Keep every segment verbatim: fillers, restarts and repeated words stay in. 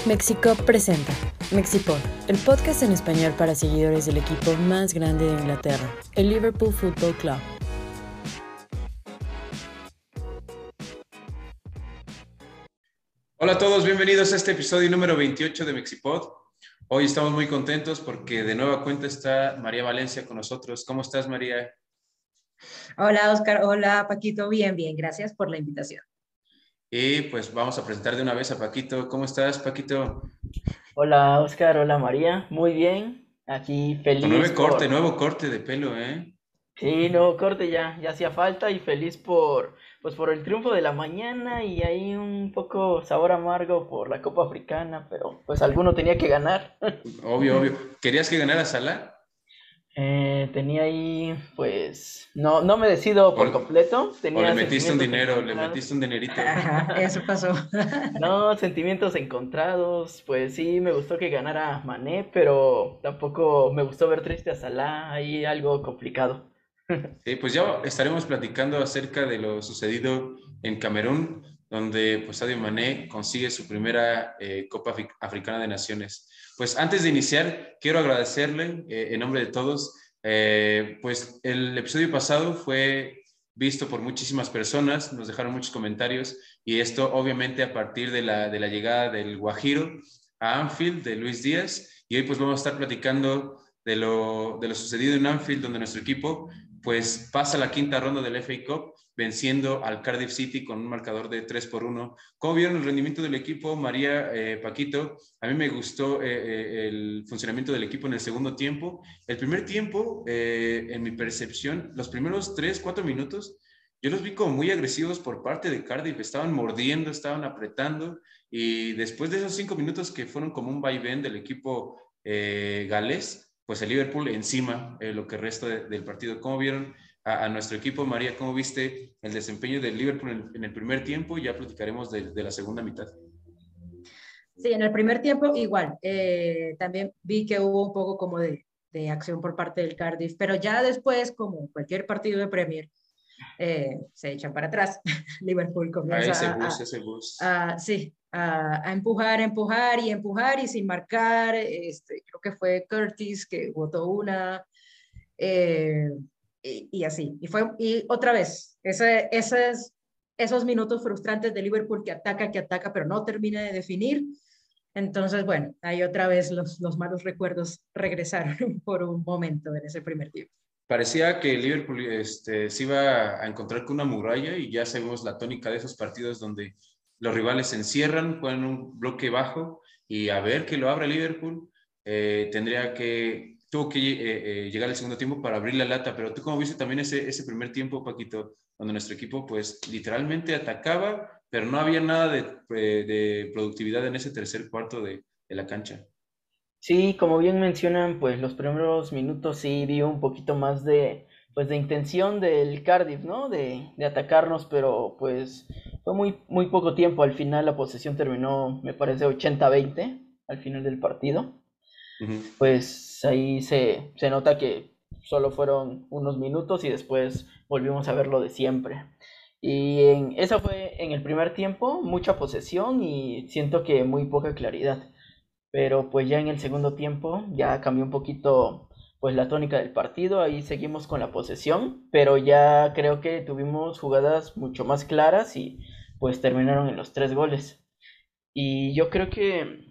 Mexico presenta Mexipod, el podcast en español para seguidores del equipo más grande de Inglaterra, el Liverpool Football Club. Hola a todos, bienvenidos a este episodio número veintiocho de Mexipod. Hoy estamos muy contentos porque de nueva cuenta está María Valencia con nosotros. ¿Cómo estás, María? Hola, Oscar. Hola, Paquito. Bien, bien. Gracias por la invitación. Y pues vamos a presentar de una vez a Paquito. ¿Cómo estás, Paquito? Hola Oscar, hola María, muy bien, aquí Con feliz nuevo corte, por... nuevo corte de pelo, ¿eh? Sí, no, corte ya, ya hacía falta y feliz por, pues por el triunfo de la mañana y ahí un poco sabor amargo por la Copa Africana, pero pues alguno tenía que ganar. Obvio, obvio. ¿Querías que ganara Salah? Eh, tenía ahí, pues, no, no me decido ¿O, por completo, o le tenía metiste un sentimientos dinero, le encontrados. metiste un dinerito? Ajá, eso pasó. No, sentimientos encontrados, pues sí, me gustó que ganara Mané, pero tampoco me gustó ver triste a Salah, ahí algo complicado. Sí, pues ya estaremos platicando acerca de lo sucedido en Camerún, donde pues Sadio Mané consigue su primera eh, Copa Afri- Africana de Naciones. Pues antes de iniciar, quiero agradecerle eh, en nombre de todos, eh, pues el episodio pasado fue visto por muchísimas personas, nos dejaron muchos comentarios y esto obviamente a partir de la, de la llegada del Guajiro a Anfield de Luis Díaz, y hoy pues vamos a estar platicando de lo, de lo sucedido en Anfield, donde nuestro equipo pues pasa la quinta ronda del F A Cup venciendo al Cardiff City con un marcador de tres por uno. ¿Cómo vieron el rendimiento del equipo, María, eh, Paquito? A mí me gustó eh, eh, el funcionamiento del equipo en el segundo tiempo. El primer tiempo, eh, en mi percepción, los primeros tres, cuatro minutos, yo los vi como muy agresivos por parte de Cardiff. Estaban mordiendo, estaban apretando, y después de esos cinco minutos que fueron como un vaivén del equipo eh, galés, pues el Liverpool encima eh, lo que resta de, del partido. ¿Cómo vieron a, a, nuestro equipo, María? ¿Cómo viste el desempeño del Liverpool en, en el primer tiempo? Ya platicaremos de, de la segunda mitad. Sí, en el primer tiempo igual. Eh, también vi que hubo un poco como de, de acción por parte del Cardiff, pero ya después, como cualquier partido de Premier, eh, se echan para atrás. Liverpool A ese comienza a, bus, a, ese bus. a sí, a, a empujar, empujar y empujar y sin marcar. Este, creo que fue Curtis que botó una. Eh, y, y, así. Y, fue, y otra vez, ese, esos, esos minutos frustrantes de Liverpool que ataca, que ataca, pero no termina de definir. Entonces, bueno, ahí otra vez los, los malos recuerdos regresaron por un momento en ese primer tiempo. Parecía que el Liverpool este, se iba a encontrar con una muralla, y ya sabemos la tónica de esos partidos donde los rivales se encierran, ponen un bloque bajo y a ver que lo abra Liverpool. Eh, tendría que, tuvo que eh, eh, llegar el segundo tiempo para abrir la lata. Pero tú, ¿cómo viste también ese, ese primer tiempo, Paquito, donde nuestro equipo pues literalmente atacaba, pero no había nada de, eh, de productividad en ese tercer cuarto de, de la cancha? Sí, como bien mencionan, pues los primeros minutos sí dio un poquito más de, pues de intención del Cardiff, ¿no? De, de atacarnos, pero pues fue muy, muy poco tiempo. Al final la posesión terminó, me parece, ochenta a veinte al final del partido. Uh-huh. Pues ahí se, se nota que solo fueron unos minutos y después volvimos a ver lo de siempre. Y en, eso fue en el primer tiempo, mucha posesión y siento que muy poca claridad. Pero pues ya en el segundo tiempo ya cambió un poquito pues la tónica del partido, ahí seguimos con la posesión, pero ya creo que tuvimos jugadas mucho más claras y pues terminaron en los tres goles. Y yo creo que,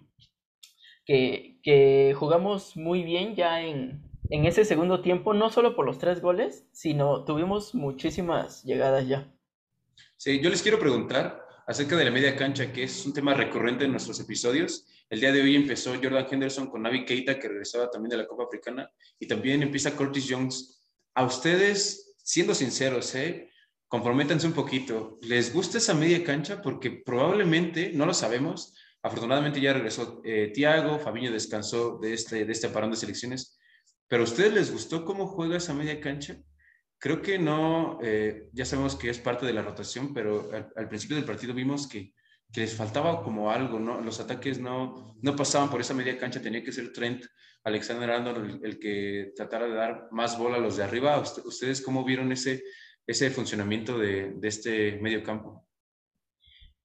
que, que jugamos muy bien ya en, en ese segundo tiempo, no solo por los tres goles, sino tuvimos muchísimas llegadas ya. Sí, yo les quiero preguntar acerca de la media cancha, que es un tema recurrente en nuestros episodios. El día de hoy empezó Jordan Henderson con Naby Keita, que regresaba también de la Copa Africana, y también empieza Curtis Jones. A ustedes, siendo sinceros, ¿eh? Comprométanse un poquito. ¿Les gusta esa media cancha? Porque probablemente, no lo sabemos, afortunadamente ya regresó eh, Thiago, Fabinho descansó de este, de este parón de selecciones, pero ¿a ustedes les gustó cómo juega esa media cancha? Creo que no, eh, ya sabemos que es parte de la rotación, pero al, al principio del partido vimos que, que, les faltaba como algo, ¿no? Los ataques no, no pasaban por esa media cancha, tenía que ser Trent Alexander-Arnold el, el, que tratara de dar más bola a los de arriba. ¿Ustedes cómo vieron ese, ese funcionamiento de, de este medio campo?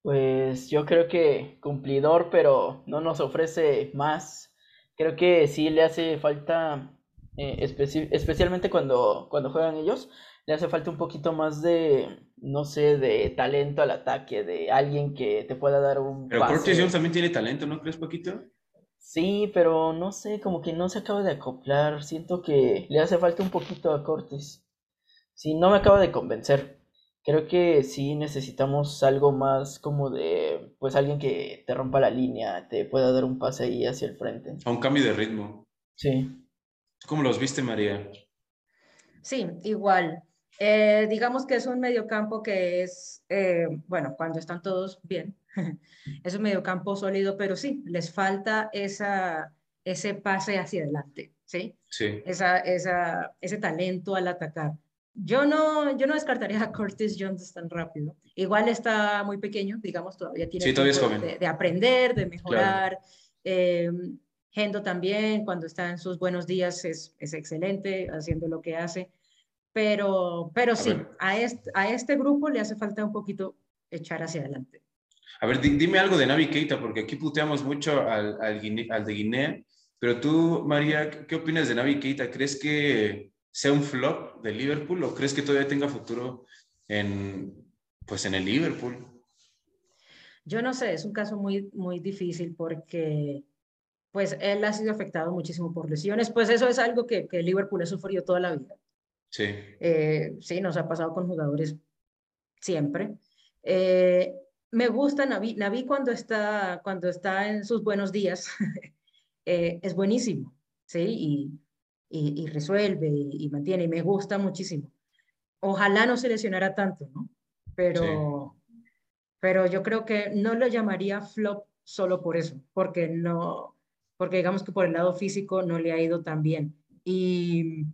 Pues yo creo que cumplidor, pero no nos ofrece más. Creo que sí le hace falta, eh, especi- especialmente cuando, cuando juegan ellos, le hace falta un poquito más de, no sé, de talento al ataque, de alguien que te pueda dar un Pero Curtis Jones pase. también tiene talento, ¿no crees, Paquito? Sí, pero no sé, como que no se acaba de acoplar. Siento que le hace falta un poquito a Cortis. Sí, no me acaba de convencer. Creo que sí necesitamos algo más como de, pues alguien que te rompa la línea, te pueda dar un pase ahí hacia el frente. A un cambio de ritmo. Sí, ¿Cómo los viste, María? Sí, igual. Eh, digamos que es un mediocampo que es, eh, bueno, cuando están todos bien, es un mediocampo sólido, pero sí, les falta esa, ese pase hacia adelante, ¿sí? Sí. Esa, esa, ese talento al atacar. Yo no, yo no descartaría a Curtis Jones tan rápido. Igual está muy pequeño, digamos, todavía tiene Sí, todavía es tiempo de, joven. de- de aprender, de Claro. mejorar. Eh, Gendo también, cuando está en sus buenos días, es, es excelente haciendo lo que hace. Pero, pero A sí, ver, a este, a este grupo le hace falta un poquito echar hacia adelante. a ver, di- dime algo de Naby Keita, porque aquí puteamos mucho al, al, Guine- al de Guinea, pero tú, María, ¿qué qué opinas de Naby Keita? ¿Crees que sea un flop de Liverpool o crees que todavía tenga futuro en, pues en el Liverpool? Yo no sé, es un caso muy, muy difícil porque pues él ha sido afectado muchísimo por lesiones, pues eso es algo que, que Liverpool ha sufrido toda la vida. Sí, Eh, sí, nos ha pasado con jugadores siempre. Eh, Me gusta Naví, Naví cuando está, cuando está en sus buenos días, eh, es buenísimo, ¿sí? Y, y, y resuelve y, y mantiene, y me gusta muchísimo. Ojalá no se lesionara tanto, ¿no? sí. Pero, pero yo creo que no lo llamaría flop solo por eso, porque no, porque digamos que por el lado físico no le ha ido tan bien. Y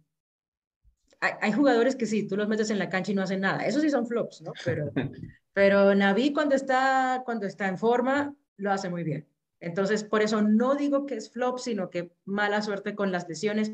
hay, hay jugadores que sí, tú los metes en la cancha y no hacen nada. Esos sí son flops, ¿no? Pero, pero Naví cuando está, cuando está en forma, lo hace muy bien. Entonces, por eso no digo que es flop, sino que mala suerte con las lesiones.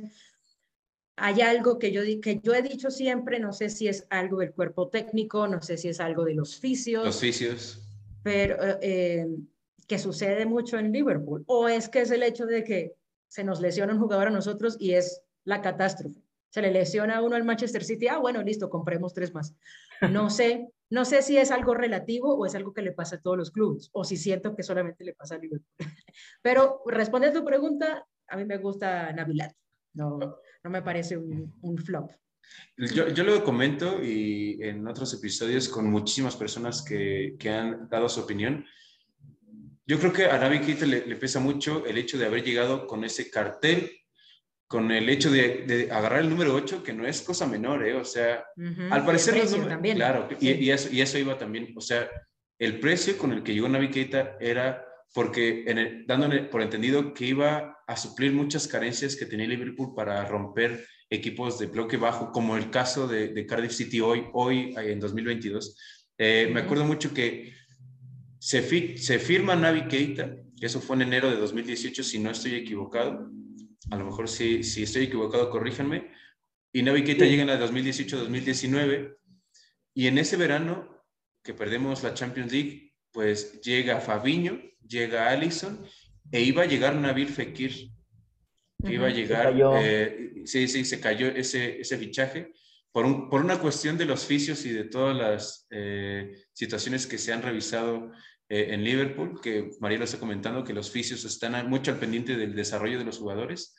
Hay algo que yo, que yo he dicho siempre, no sé si es algo del cuerpo técnico, no sé si es algo de los Los fisios, fisios. pero eh, que sucede mucho en Liverpool, o es que es el hecho de que se nos lesiona un jugador a nosotros y es la catástrofe. Se le lesiona a uno al Manchester City, ah, bueno, listo, compremos tres más. No sé, no sé si es algo relativo o es algo que le pasa a todos los clubes, o si siento que solamente le pasa a Liverpool. Pero responde a tu pregunta, a mí me gusta Navilat, no, no me parece un, un flop. Yo, yo lo comento y en otros episodios con muchísimas personas que, que han dado su opinión. Yo creo que a Naby Keita le, le pesa mucho el hecho de haber llegado con ese cartel, con el hecho de, de agarrar el número ocho, que no es cosa menor, ¿eh? O sea, Uh -huh. al Y el parecer los precio números, también, claro, y, sí. y, eso, y eso iba también, o sea, el precio con el que llegó Naby Keita era porque, en el, dándole por entendido que iba a suplir muchas carencias que tenía Liverpool para romper equipos de bloque bajo, como el caso de, de Cardiff City hoy, hoy en dos mil veintidós. Eh, Uh me -huh. acuerdo mucho que se, fi, se firma Naby Keita, que eso fue en enero de dos mil dieciocho, si no estoy equivocado. A lo mejor si, si estoy equivocado, corríjanme. Y Naby Keita llega en sí. la dos mil dieciocho dos mil diecinueve. Y en ese verano, que perdemos la Champions League, pues llega Fabinho, llega Alisson, e iba a llegar Nabil Fekir, Uh que iba a -huh. Se llegar, cayó. eh, sí, sí, se cayó ese, ese fichaje por, un, por una cuestión de los fisios y de todas las eh, situaciones que se han revisado eh, en Liverpool, que María lo está comentando, que los fisios están mucho al pendiente del desarrollo de los jugadores,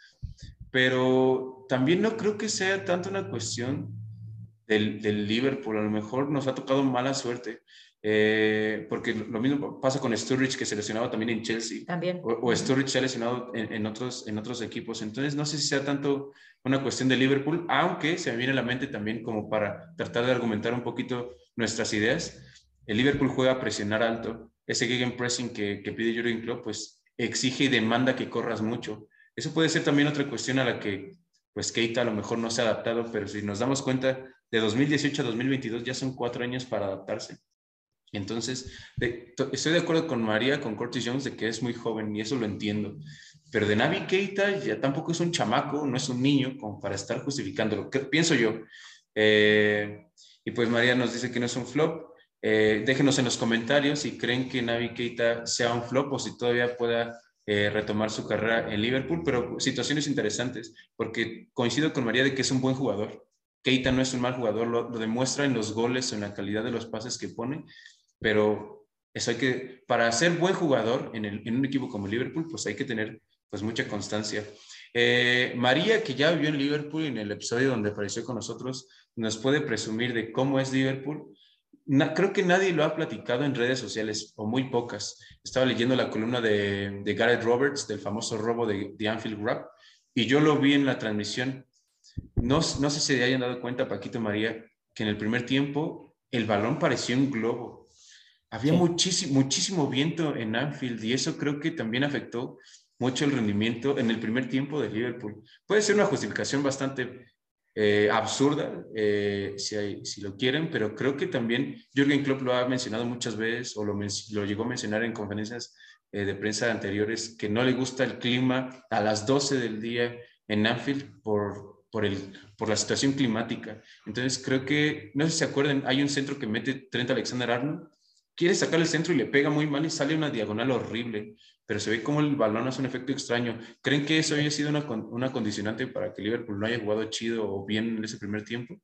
pero también no creo que sea tanto una cuestión del, del Liverpool, a lo mejor nos ha tocado mala suerte, eh, porque lo mismo pasa con Sturridge, que se lesionaba también en Chelsea, También. o, Uh o -huh. Sturridge se ha lesionado en, en, otros, en otros equipos, entonces no sé si sea tanto una cuestión de Liverpool, aunque se me viene a la mente también como para tratar de argumentar un poquito nuestras ideas. El Liverpool juega a presionar alto, ese gegenpressing que, que pide Jurgen Klopp, pues exige y demanda que corras mucho. Eso puede ser también otra cuestión a la que pues Keita a lo mejor no se ha adaptado, pero si nos damos cuenta, de dos mil dieciocho a dos mil veintidós ya son cuatro años para adaptarse. Entonces, de, to, estoy de acuerdo con María, con Curtis Jones, de que es muy joven y eso lo entiendo. Pero de Naby Keita ya tampoco es un chamaco, no es un niño como para estar justificándolo, que, pienso yo. Eh, y pues María nos dice que no es un flop. Eh, déjenos en los comentarios si creen que Naby Keita sea un flop o si todavía pueda eh, retomar su carrera en Liverpool, pero situaciones interesantes, porque coincido con María de que es un buen jugador. Keita no es un mal jugador, lo, lo demuestra en los goles, en la calidad de los pases que pone, pero eso hay que, para ser buen jugador en, el, en un equipo como Liverpool, pues hay que tener pues mucha constancia. Eh, María, que ya vivió en Liverpool, en el episodio donde apareció con nosotros, nos puede presumir de cómo es Liverpool. Na, creo que nadie lo ha platicado en redes sociales, o muy pocas. Estaba leyendo la columna de, de Gareth Roberts, del famoso robo de, de Anfield Wrap, y yo lo vi en la transmisión. No, no sé si se hayan dado cuenta, Paquito, María, que en el primer tiempo el balón parecía un globo. Había sí. muchísimo, muchísimo viento en Anfield y eso creo que también afectó mucho el rendimiento en el primer tiempo de Liverpool. Puede ser una justificación bastante eh, absurda, eh, si, hay, si lo quieren, pero creo que también Jürgen Klopp lo ha mencionado muchas veces o lo, lo llegó a mencionar en conferencias eh, de prensa anteriores, que no le gusta el clima a las doce del día en Anfield por... Por, el, por la situación climática. Entonces creo que, no sé si se acuerdan, hay un centro que mete Trent Alexander-Arnold, quiere sacar el centro y le pega muy mal y sale una diagonal horrible, pero se ve como el balón hace un efecto extraño. ¿Creen que eso haya sido una, una condicionante para que Liverpool no haya jugado chido o bien en ese primer tiempo?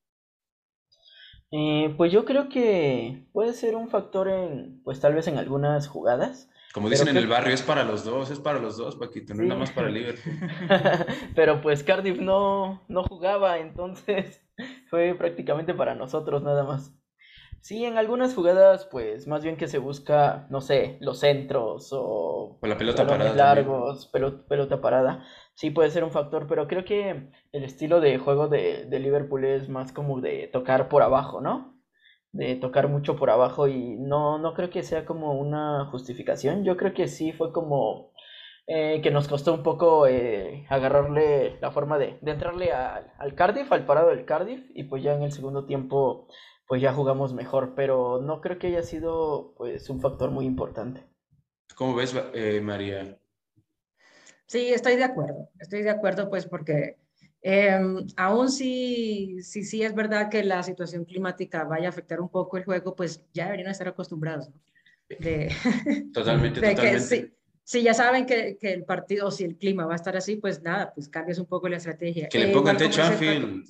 Eh, pues yo creo que puede ser un factor en, pues tal vez en algunas jugadas. Como dicen en el barrio, es para los dos, es para los dos, Paquito, no sí. es nada más para Liverpool. Pero pues Cardiff no, no jugaba, entonces fue prácticamente para nosotros nada más. Sí, en algunas jugadas, pues más bien que se busca, no sé, los centros o, o la pelota balones parada largos, pelota, pelota parada. Sí puede ser un factor, pero creo que el estilo de juego de, de Liverpool es más como de tocar por abajo, ¿no? De tocar mucho por abajo y no, no creo que sea como una justificación. Yo creo que sí fue como eh, que nos costó un poco eh, agarrarle la forma de, de entrarle a, al Cardiff, al parado del Cardiff, y pues ya en el segundo tiempo pues ya jugamos mejor, pero no creo que haya sido pues un factor muy importante. ¿Cómo ves, eh, María? Sí, estoy de acuerdo, estoy de acuerdo pues porque eh, aún si, si, si es verdad que la situación climática vaya a afectar un poco el juego, pues ya deberían estar acostumbrados, ¿no? De, totalmente, de totalmente. Que si, si ya saben que, que el partido, o si el clima va a estar así, pues nada, pues cambias un poco la estrategia. Que le eh, pongan techo a Anfield.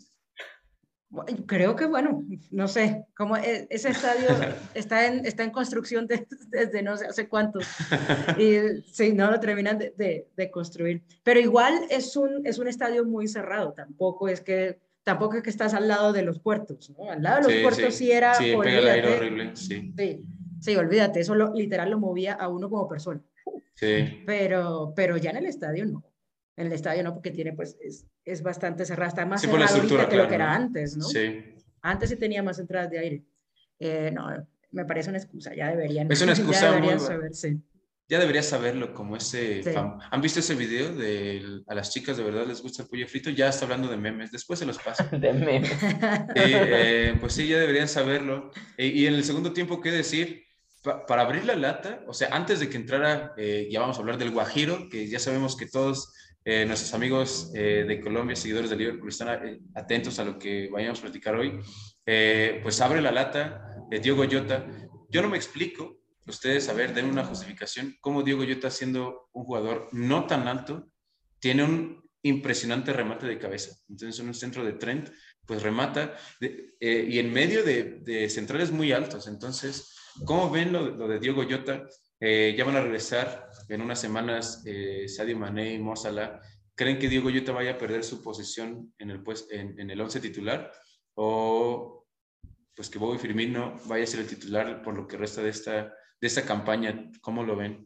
Creo que, bueno, no sé, como ese estadio está en, está en construcción de, desde no sé hace cuánto, y sí, no lo terminan de, de, de construir. Pero igual es un, es un estadio muy cerrado, tampoco es que, tampoco es que estás al lado de los puertos, ¿no? Al lado de los sí, puertos sí, sí era, sí, olvídate. Pega el aire horrible, sí. Sí, sí, olvídate, eso lo, literal lo movía a uno como persona. Sí. Pero, pero ya en el estadio no. En el estadio no, porque tiene, pues, es, es bastante cerrado, está más sí, cerrado ahorita que claro, lo que era ¿no? antes, ¿no? Sí. Antes sí tenía más entradas de aire. Eh, no, me parece una excusa, ya deberían, es una excusa ya deberían muy saberse. Ya deberías saberlo, como ese... Sí. Fam... ¿Han visto ese video de a las chicas de verdad les gusta el pollo frito? Ya está hablando de memes, después se los paso. De memes. Sí, eh, pues sí, ya deberían saberlo. E, y en el segundo tiempo, ¿qué decir? Pa para abrir la lata, o sea, antes de que entrara, eh, ya vamos a hablar del Guajiro, que ya sabemos que todos eh, nuestros amigos eh, de Colombia, seguidores de Liverpool, están eh, atentos a lo que vayamos a platicar hoy. Eh, pues abre la lata de Diogo Jota. Yo no me explico, ustedes, a ver, den una justificación, cómo Diogo Jota, siendo un jugador no tan alto, tiene un impresionante remate de cabeza. Entonces, en un centro de Trent, pues remata, de, eh, y en medio de, de centrales muy altos. Entonces, ¿cómo ven lo, lo de Diogo Jota? Eh, ya van a regresar en unas semanas eh, Sadio Mané y Mo Salah. ¿Creen que Diogo Jota vaya a perder su posición en el, pues, en, en el once titular? ¿O pues que Bobby Firmino vaya a ser el titular por lo que resta de esta, de esta campaña? ¿Cómo lo ven?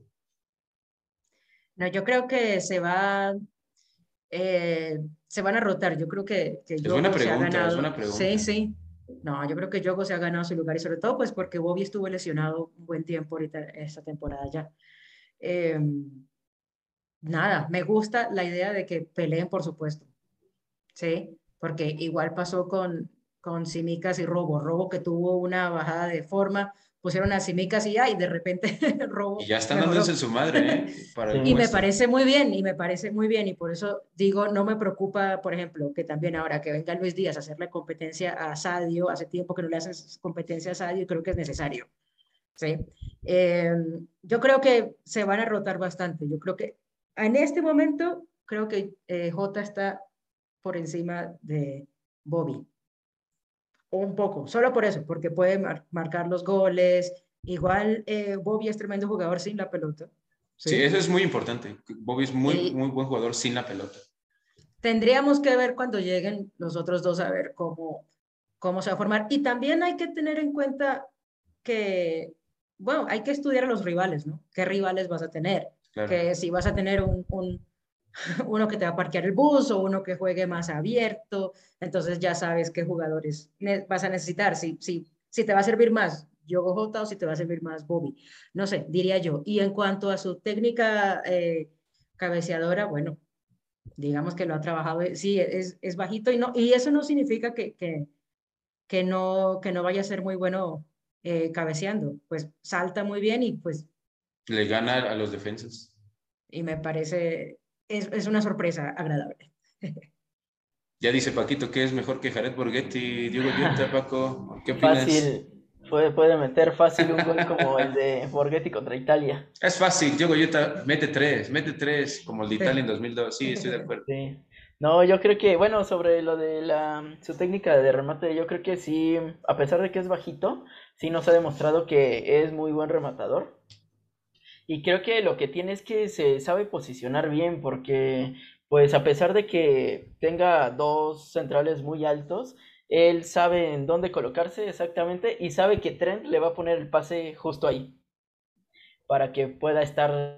No, yo creo que se va... Eh, se van a rotar. Yo creo que, que es buena Yogo se ha pregunta, ganado. es buena pregunta. Sí, sí. No, yo creo que Yogo se ha ganado su lugar y sobre todo pues porque Bobby estuvo lesionado un buen tiempo ahorita esta temporada ya. Eh, nada, me gusta la idea de que peleen, por supuesto. Sí, porque igual pasó con, con Simicas y Robo. Robo que tuvo una bajada de forma pusieron a Tsimikas y ya, y de repente robó. Y ya están mejoró. dándose en su madre, ¿eh? Para el Y me puesto. parece muy bien, y me parece muy bien, y por eso digo, no me preocupa, por ejemplo, que también ahora que venga Luis Díaz a hacerle competencia a Sadio, hace tiempo que no le hacen competencia a Sadio, y creo que es necesario, ¿sí? Eh, yo creo que se van a rotar bastante, yo creo que en este momento, creo que eh, Jota está por encima de Bobby, un poco, solo por eso, porque puede mar marcar los goles, igual eh, Bobby es tremendo jugador sin la pelota, Sí, ¿sí? eso es muy importante. Bobby es muy, Y muy buen jugador sin la pelota. tendríamos que ver cuando lleguen los otros dos a ver cómo, cómo se va a formar. Y también hay que tener en cuenta que, bueno, hay que estudiar a los rivales, ¿no? ¿Qué rivales vas a tener? Claro. Que si vas a tener un, un, uno que te va a parquear el bus o uno que juegue más abierto, entonces ya sabes qué jugadores vas a necesitar. Si, si, si te va a servir más Diogo Jota o si te va a servir más Bobby. No sé, diría yo. Y en cuanto a su técnica eh, cabeceadora, bueno, digamos que lo ha trabajado, sí, es, es bajito y, no, y eso no significa que, que, que, no, que no vaya a ser muy bueno eh, cabeceando, pues salta muy bien y pues Le gana a los defensas. y me parece, es, es una sorpresa agradable. Ya dice Paquito que es mejor que Jared Borghetti y Diogo Jota, Paco. ¿Qué opinas? Fácil, puede, puede meter fácil un gol como el de Borghetti contra Italia. Es fácil, Diogo Jota mete tres, mete tres, como el de Italia en dos mil dos. Sí, estoy de acuerdo. Sí. No, yo creo que, bueno, sobre lo de la, su técnica de remate, yo creo que sí, a pesar de que es bajito, sí nos ha demostrado que es muy buen rematador. Y creo que lo que tiene es que se sabe posicionar bien, porque pues a pesar de que tenga dos centrales muy altos, él sabe en dónde colocarse exactamente y sabe que Trent le va a poner el pase justo ahí, para que pueda estar.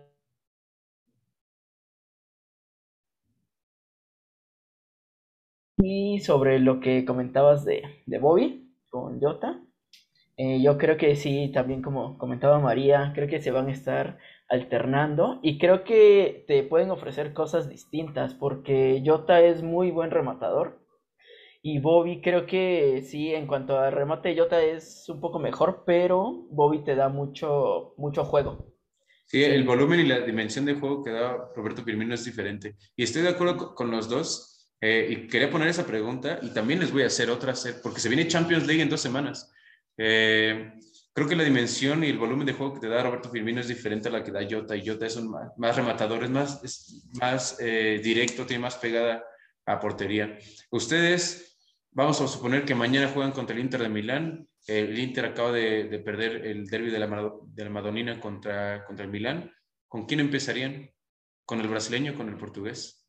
Y sobre lo que comentabas de, de Bobby con Jota, eh, yo creo que sí, también como comentaba María, creo que se van a estar alternando y creo que te pueden ofrecer cosas distintas porque Jota es muy buen rematador y Bobby creo que sí, en cuanto a remate Jota es un poco mejor, pero Bobby te da mucho, mucho juego. Sí, el Sí, volumen y la dimensión de juego que da Roberto Firmino es diferente. Y estoy de acuerdo con, con los dos. Eh, y quería poner esa pregunta y también les voy a hacer otra, porque se viene Champions League en dos semanas. Eh, creo que la dimensión y el volumen de juego que te da Roberto Firmino es diferente a la que da Jota. Y Jota es un más, más rematador, es más, es más eh, directo, tiene más pegada a portería. Ustedes, vamos a suponer que mañana juegan contra el Inter de Milán. El Inter acaba de, de perder el derbi de la, de la Madonina contra, contra el Milán. ¿Con quién empezarían? ¿Con el brasileño o con el portugués?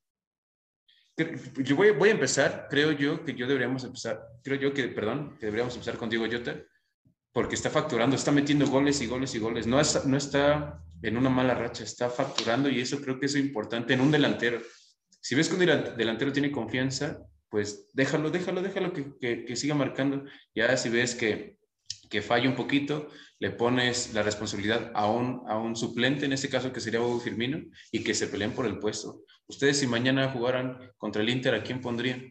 Yo voy, voy a empezar, creo yo que yo deberíamos empezar, creo yo que, perdón, que deberíamos empezar con Diogo Jota, porque está facturando, está metiendo goles y goles y goles. No, es, no está en una mala racha, está facturando y eso creo que es importante en un delantero. Si ves que un delantero tiene confianza, pues déjalo, déjalo, déjalo que, que, que siga marcando. Ya si ves que, que falla un poquito, le pones la responsabilidad a un, a un suplente, en este caso que sería Bobby Firmino, y que se peleen por el puesto. Ustedes si mañana jugaran contra el Inter, ¿a quién pondrían?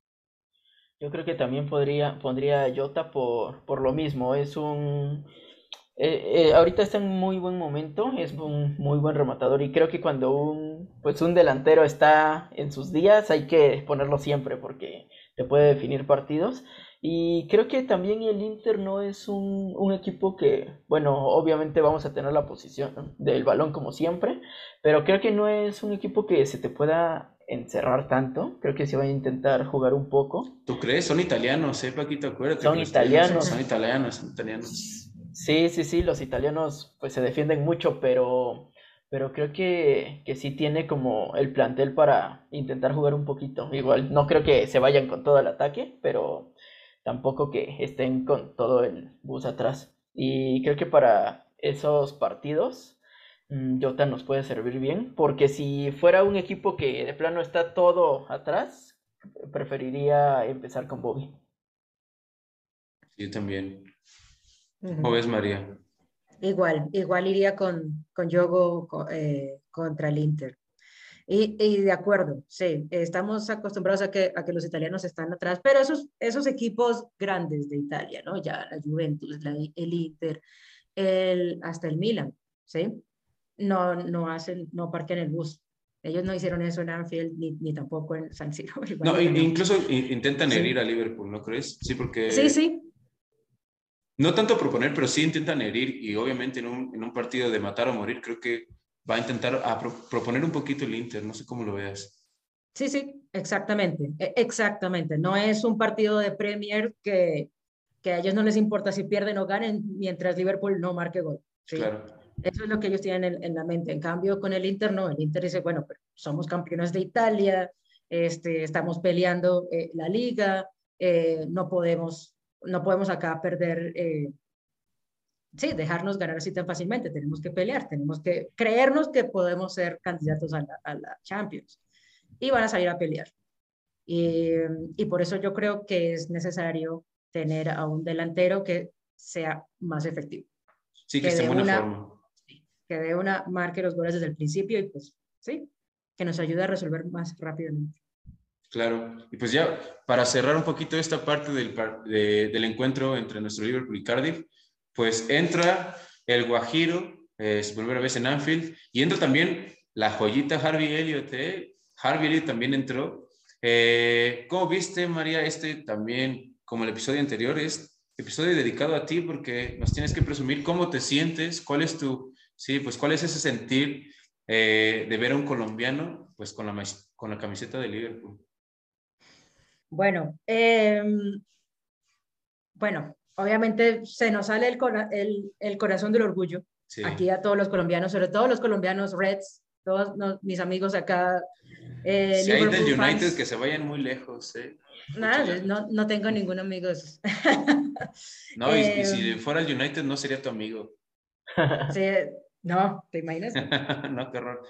yo creo que también podría, pondría a Jota por, por lo mismo, es un. Eh, eh, ahorita está en muy buen momento, es un muy buen rematador y creo que cuando un, pues un delantero está en sus días hay que ponerlo siempre porque te puede definir partidos. Y creo que también el Inter no es un, un equipo que, bueno, obviamente vamos a tener la posición del balón como siempre, pero creo que no es un equipo que se te pueda encerrar tanto. Creo que se va a intentar jugar un poco. ¿Tú crees? Son italianos, ¿eh, Paquito? Acuérdate que Son los italianos son, italianos. son italianos, son italianos. Sí, sí, sí, los italianos pues se defienden mucho, pero, pero creo que, que sí tiene como el plantel para intentar jugar un poquito. Igual, no creo que se vayan con todo el ataque, pero tampoco que estén con todo el bus atrás. Y creo que para esos partidos, mm, Jota nos puede servir bien, porque si fuera un equipo que de plano está todo atrás, preferiría empezar con Bobby. Yo también. ¿Cómo Uh-huh. ves, María? Igual, igual iría con, con Yogo co- eh, contra el Inter. Y, y de acuerdo, sí, estamos acostumbrados a que, a que los italianos están atrás, pero esos, esos equipos grandes de Italia, ¿no? Ya la Juventus, la- el Inter, el, hasta el Milan, ¿sí? No, no hacen, no parquean el bus. Ellos no hicieron eso en Anfield ni, ni tampoco en San Siro. No, incluso intentan sí. herir a Liverpool, ¿no crees? Sí, porque... Sí, sí. No tanto proponer, pero sí intentan herir y obviamente en un, en un partido de matar o morir creo que va a intentar a pro, proponer un poquito el Inter, no sé cómo lo veas. Sí, sí, exactamente, exactamente. No es un partido de Premier que, que a ellos no les importa si pierden o ganen mientras Liverpool no marque gol. ¿sí? Claro. Eso es lo que ellos tienen en, en la mente. En cambio, con el Inter no. El Inter dice, bueno, pero somos campeones de Italia, este, estamos peleando eh, la liga, eh, no, podemos, no podemos acá perder, eh, sí, dejarnos ganar así tan fácilmente. Tenemos que pelear, tenemos que creernos que podemos ser candidatos a la, a la Champions. Y van a salir a pelear. Y, y por eso yo creo que es necesario tener a un delantero que sea más efectivo. Sí, que, que esté en buena una, forma. Que de una marque los goles desde el principio y pues sí, que nos ayude a resolver más rápidamente. Claro, y pues ya para cerrar un poquito esta parte del, de, del encuentro entre nuestro Liverpool y Cardiff, pues entra el Guajiro, eh, su primera vez en Anfield, y entra también la joyita Harvey Elliott, eh, Harvey Elliott también entró. Eh, ¿Cómo viste, María, este también, como el episodio anterior, es episodio dedicado a ti porque nos tienes que presumir cómo te sientes, cuál es tu, sí, pues cuál es ese sentir eh, de ver a un colombiano pues con la, con la camiseta de Liverpool? Bueno, eh, bueno, obviamente se nos sale el, el, el corazón del orgullo. Sí. Aquí a todos los colombianos, sobre todo los colombianos Reds, todos no, mis amigos acá. Eh, si hay del United fans, que se vayan muy lejos. Eh. Nada, no, no tengo ningún amigo. No, y, eh, y si fuera el United no sería tu amigo. Sí, no, ¿te imaginas? No, qué horror.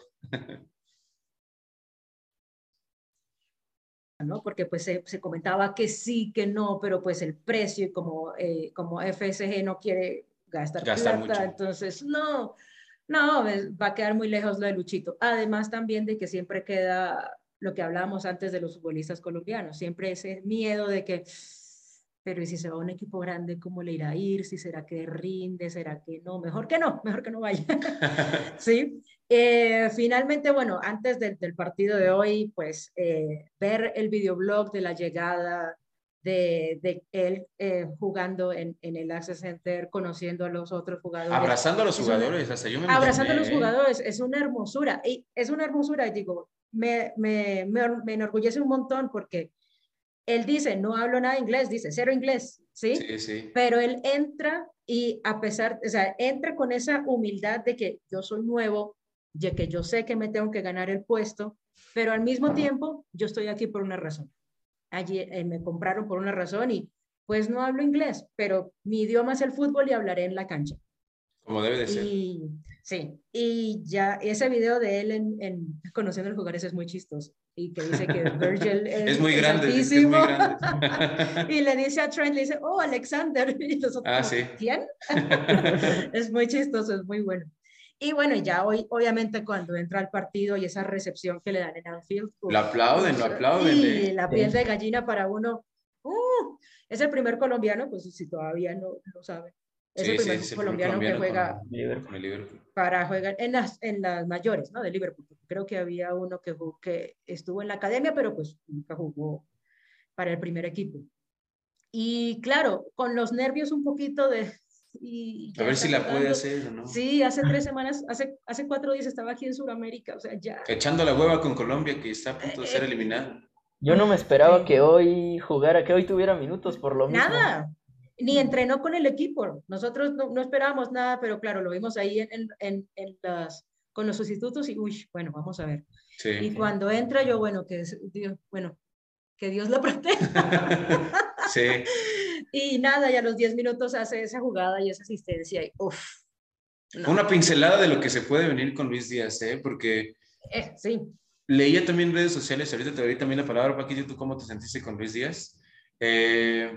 ¿no? Porque pues se, se comentaba que sí, que no, pero pues el precio y como, eh, como F S G no quiere gastar, gastar plata, mucho. Entonces no, no, va a quedar muy lejos lo de Luchito. Además también de que siempre queda lo que hablábamos antes de los futbolistas colombianos, siempre ese miedo de que, pero ¿y si se va a un equipo grande, cómo le irá a ir? ¿Si será que rinde? ¿Será que no? Mejor que no, mejor que no vaya. ¿Sí? Eh, finalmente, bueno, antes de, del partido de hoy, pues eh, ver el videoblog de la llegada de, de él eh, jugando en, en el Access Center, conociendo a los otros jugadores. Abrazando a los jugadores, una, hasta yo me Abrazando a los jugadores, es una hermosura, y es una hermosura, y digo, me, me, me, me enorgullece un montón porque él dice, no hablo nada de inglés, dice, cero inglés, ¿sí? Sí, sí. Pero él entra y a pesar, o sea, entra con esa humildad de que yo soy nuevo, de que yo sé que me tengo que ganar el puesto, pero al mismo tiempo yo estoy aquí por una razón. Allí eh, me compraron por una razón y pues no hablo inglés, pero mi idioma es el fútbol y hablaré en la cancha. Como debe de ser. Y, sí, y ya ese video de él en, en Conociendo a los Jugadores es muy chistoso. Y que dice que Virgil es, es muy grande, es, es muy grande. Y le dice a Trent, le dice, oh, Alexander. Y nosotros, ah, sí. ¿quién? Es muy chistoso, es muy bueno. Y bueno, ya hoy, obviamente, cuando entra al partido y esa recepción que le dan en Anfield. Lo aplauden, lo aplauden. Y eh. la piel de gallina para uno. Uh, es el primer colombiano, pues si todavía no lo saben. Es sí, el primer sí, colombiano, el primer colombiano que juega con Liverpool, con el Liverpool. Para jugar en las, en las mayores, ¿no? De Liverpool. Creo que había uno que, jugó, que estuvo en la academia, pero pues nunca jugó para el primer equipo. Y claro, con los nervios un poquito de... Y a ver si la puede hacer o no. Sí, hace tres semanas, hace, hace cuatro días estaba aquí en Sudamérica, o sea, ya. Echando la hueva con Colombia, que está a punto de ser eliminada. Yo no me esperaba sí. que hoy jugara, que hoy tuviera minutos por lo mismo. Nada, ni entrenó con el equipo. Nosotros no, no esperábamos nada, pero claro, lo vimos ahí en, en, en las, con los sustitutos y, uy, bueno, vamos a ver. Sí. Y cuando entra yo, bueno, que Dios, bueno, que Dios la proteja. Sí. Y nada, y a los diez minutos hace esa jugada y esa asistencia y uff. No. Una pincelada de lo que se puede venir con Luis Díaz, ¿eh? Porque eh, sí. leía también en redes sociales, ahorita te doy también la palabra, Paquito, ¿tú cómo te sentiste con Luis Díaz? Eh,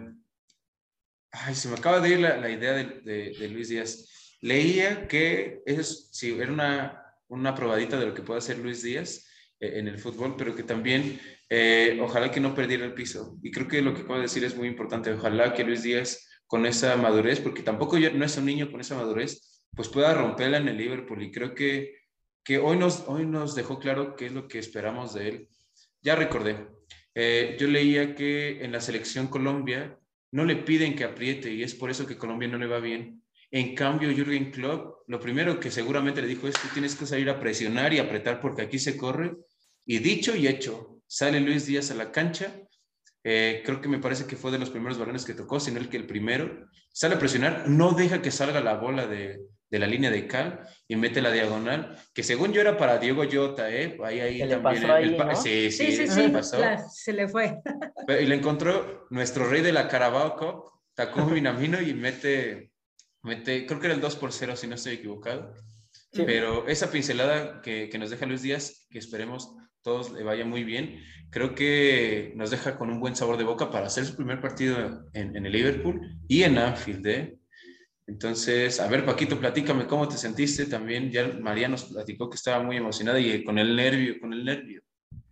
ay, se me acaba de ir la, la idea de, de, de Luis Díaz. Leía que es, sí, era una, una probadita de lo que puede hacer Luis Díaz eh, en el fútbol, pero que también eh, ojalá que no perdiera el piso. Y creo que lo que acabo de decir es muy importante. Ojalá que Luis Díaz con esa madurez, porque tampoco ya no es un niño con esa madurez, pues pueda romperla en el Liverpool. Y creo que, que hoy, nos, hoy nos dejó claro qué es lo que esperamos de él. Ya recordé, eh, yo leía que en la selección Colombia no le piden que apriete y es por eso que Colombia no le va bien. En cambio, Jürgen Klopp, lo primero que seguramente le dijo es que tienes que salir a presionar y apretar porque aquí se corre. Y dicho y hecho, sale Luis Díaz a la cancha. Eh, creo que me parece que fue de los primeros balones que tocó, sino el que el primero. Sale a presionar, no deja que salga la bola de, de la línea de cal y mete la diagonal, que según yo era para Diego Jota, ¿eh? Ahí, ahí Se le también. pasó El, el ahí, ¿no? sí, Sí, sí, sí, se le sí, pasó. la- se le fue. Pero- Y le encontró nuestro rey de la Carabao Cup, Takumi Minamino, y mete, mete, creo que era el dos por cero, si no estoy equivocado. Sí. Pero esa pincelada que, que nos deja Luis Díaz, que esperemos todos le vaya muy bien, creo que nos deja con un buen sabor de boca para hacer su primer partido en, en el Liverpool y en Anfield, ¿eh? Entonces, a ver, Paquito, platícame cómo te sentiste. También ya María nos platicó que estaba muy emocionada y con el nervio, con el nervio.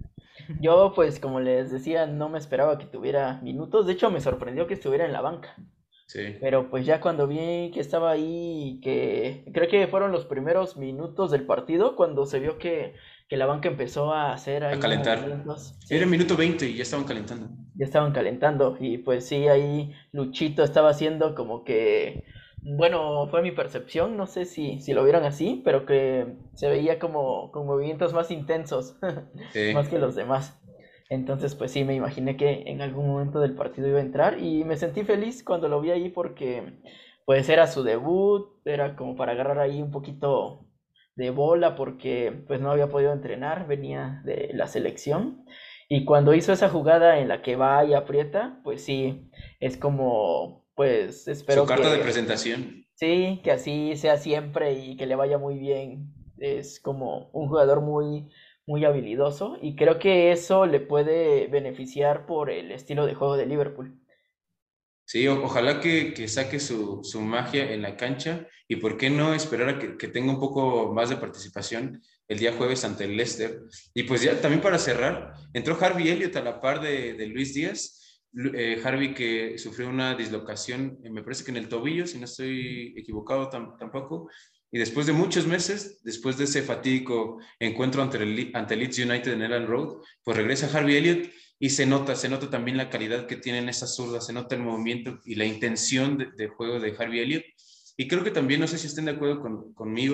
Yo, pues, como les decía, no me esperaba que tuviera minutos. De hecho, me sorprendió que estuviera en la banca. Sí. Pero pues ya cuando vi que estaba ahí, que creo que fueron los primeros minutos del partido, cuando se vio que, que la banca empezó a hacer A ahí calentar. movimientos. Sí, Era el minuto veinte y ya estaban calentando. ya estaban calentando. Y pues sí, ahí Luchito estaba haciendo como que, bueno, fue mi percepción, no sé si, si lo vieron así, pero que se veía como con movimientos más intensos, Sí. más que los demás. Entonces, pues sí, me imaginé que en algún momento del partido iba a entrar y me sentí feliz cuando lo vi ahí porque pues era su debut, era como para agarrar ahí un poquito de bola porque pues no había podido entrenar, venía de la selección y cuando hizo esa jugada en la que va y aprieta, pues sí, es como, pues espero Su carta que de presentación. sí, que así sea siempre y que le vaya muy bien. Es como un jugador muy, muy habilidoso y creo que eso le puede beneficiar por el estilo de juego de Liverpool. Sí, o- ojalá que, que saque su, su magia en la cancha y por qué no esperar a que, que tenga un poco más de participación el día jueves ante el Leicester. Y pues ya también para cerrar, entró Harvey Elliott a la par de, de Luis Díaz. Lu- eh, Harvey que sufrió una dislocación, eh, me parece que en el tobillo, si no estoy equivocado tam- tampoco. Y después de muchos meses, después de ese fatídico encuentro ante el, Le- ante Leeds United en Elland Road, pues regresa Harvey Elliott y se nota, se nota también la calidad que tienen esas zurdas, se nota el movimiento y la intención de, de juego de Harvey Elliott. Y creo que también, no sé si estén de acuerdo con, conmigo,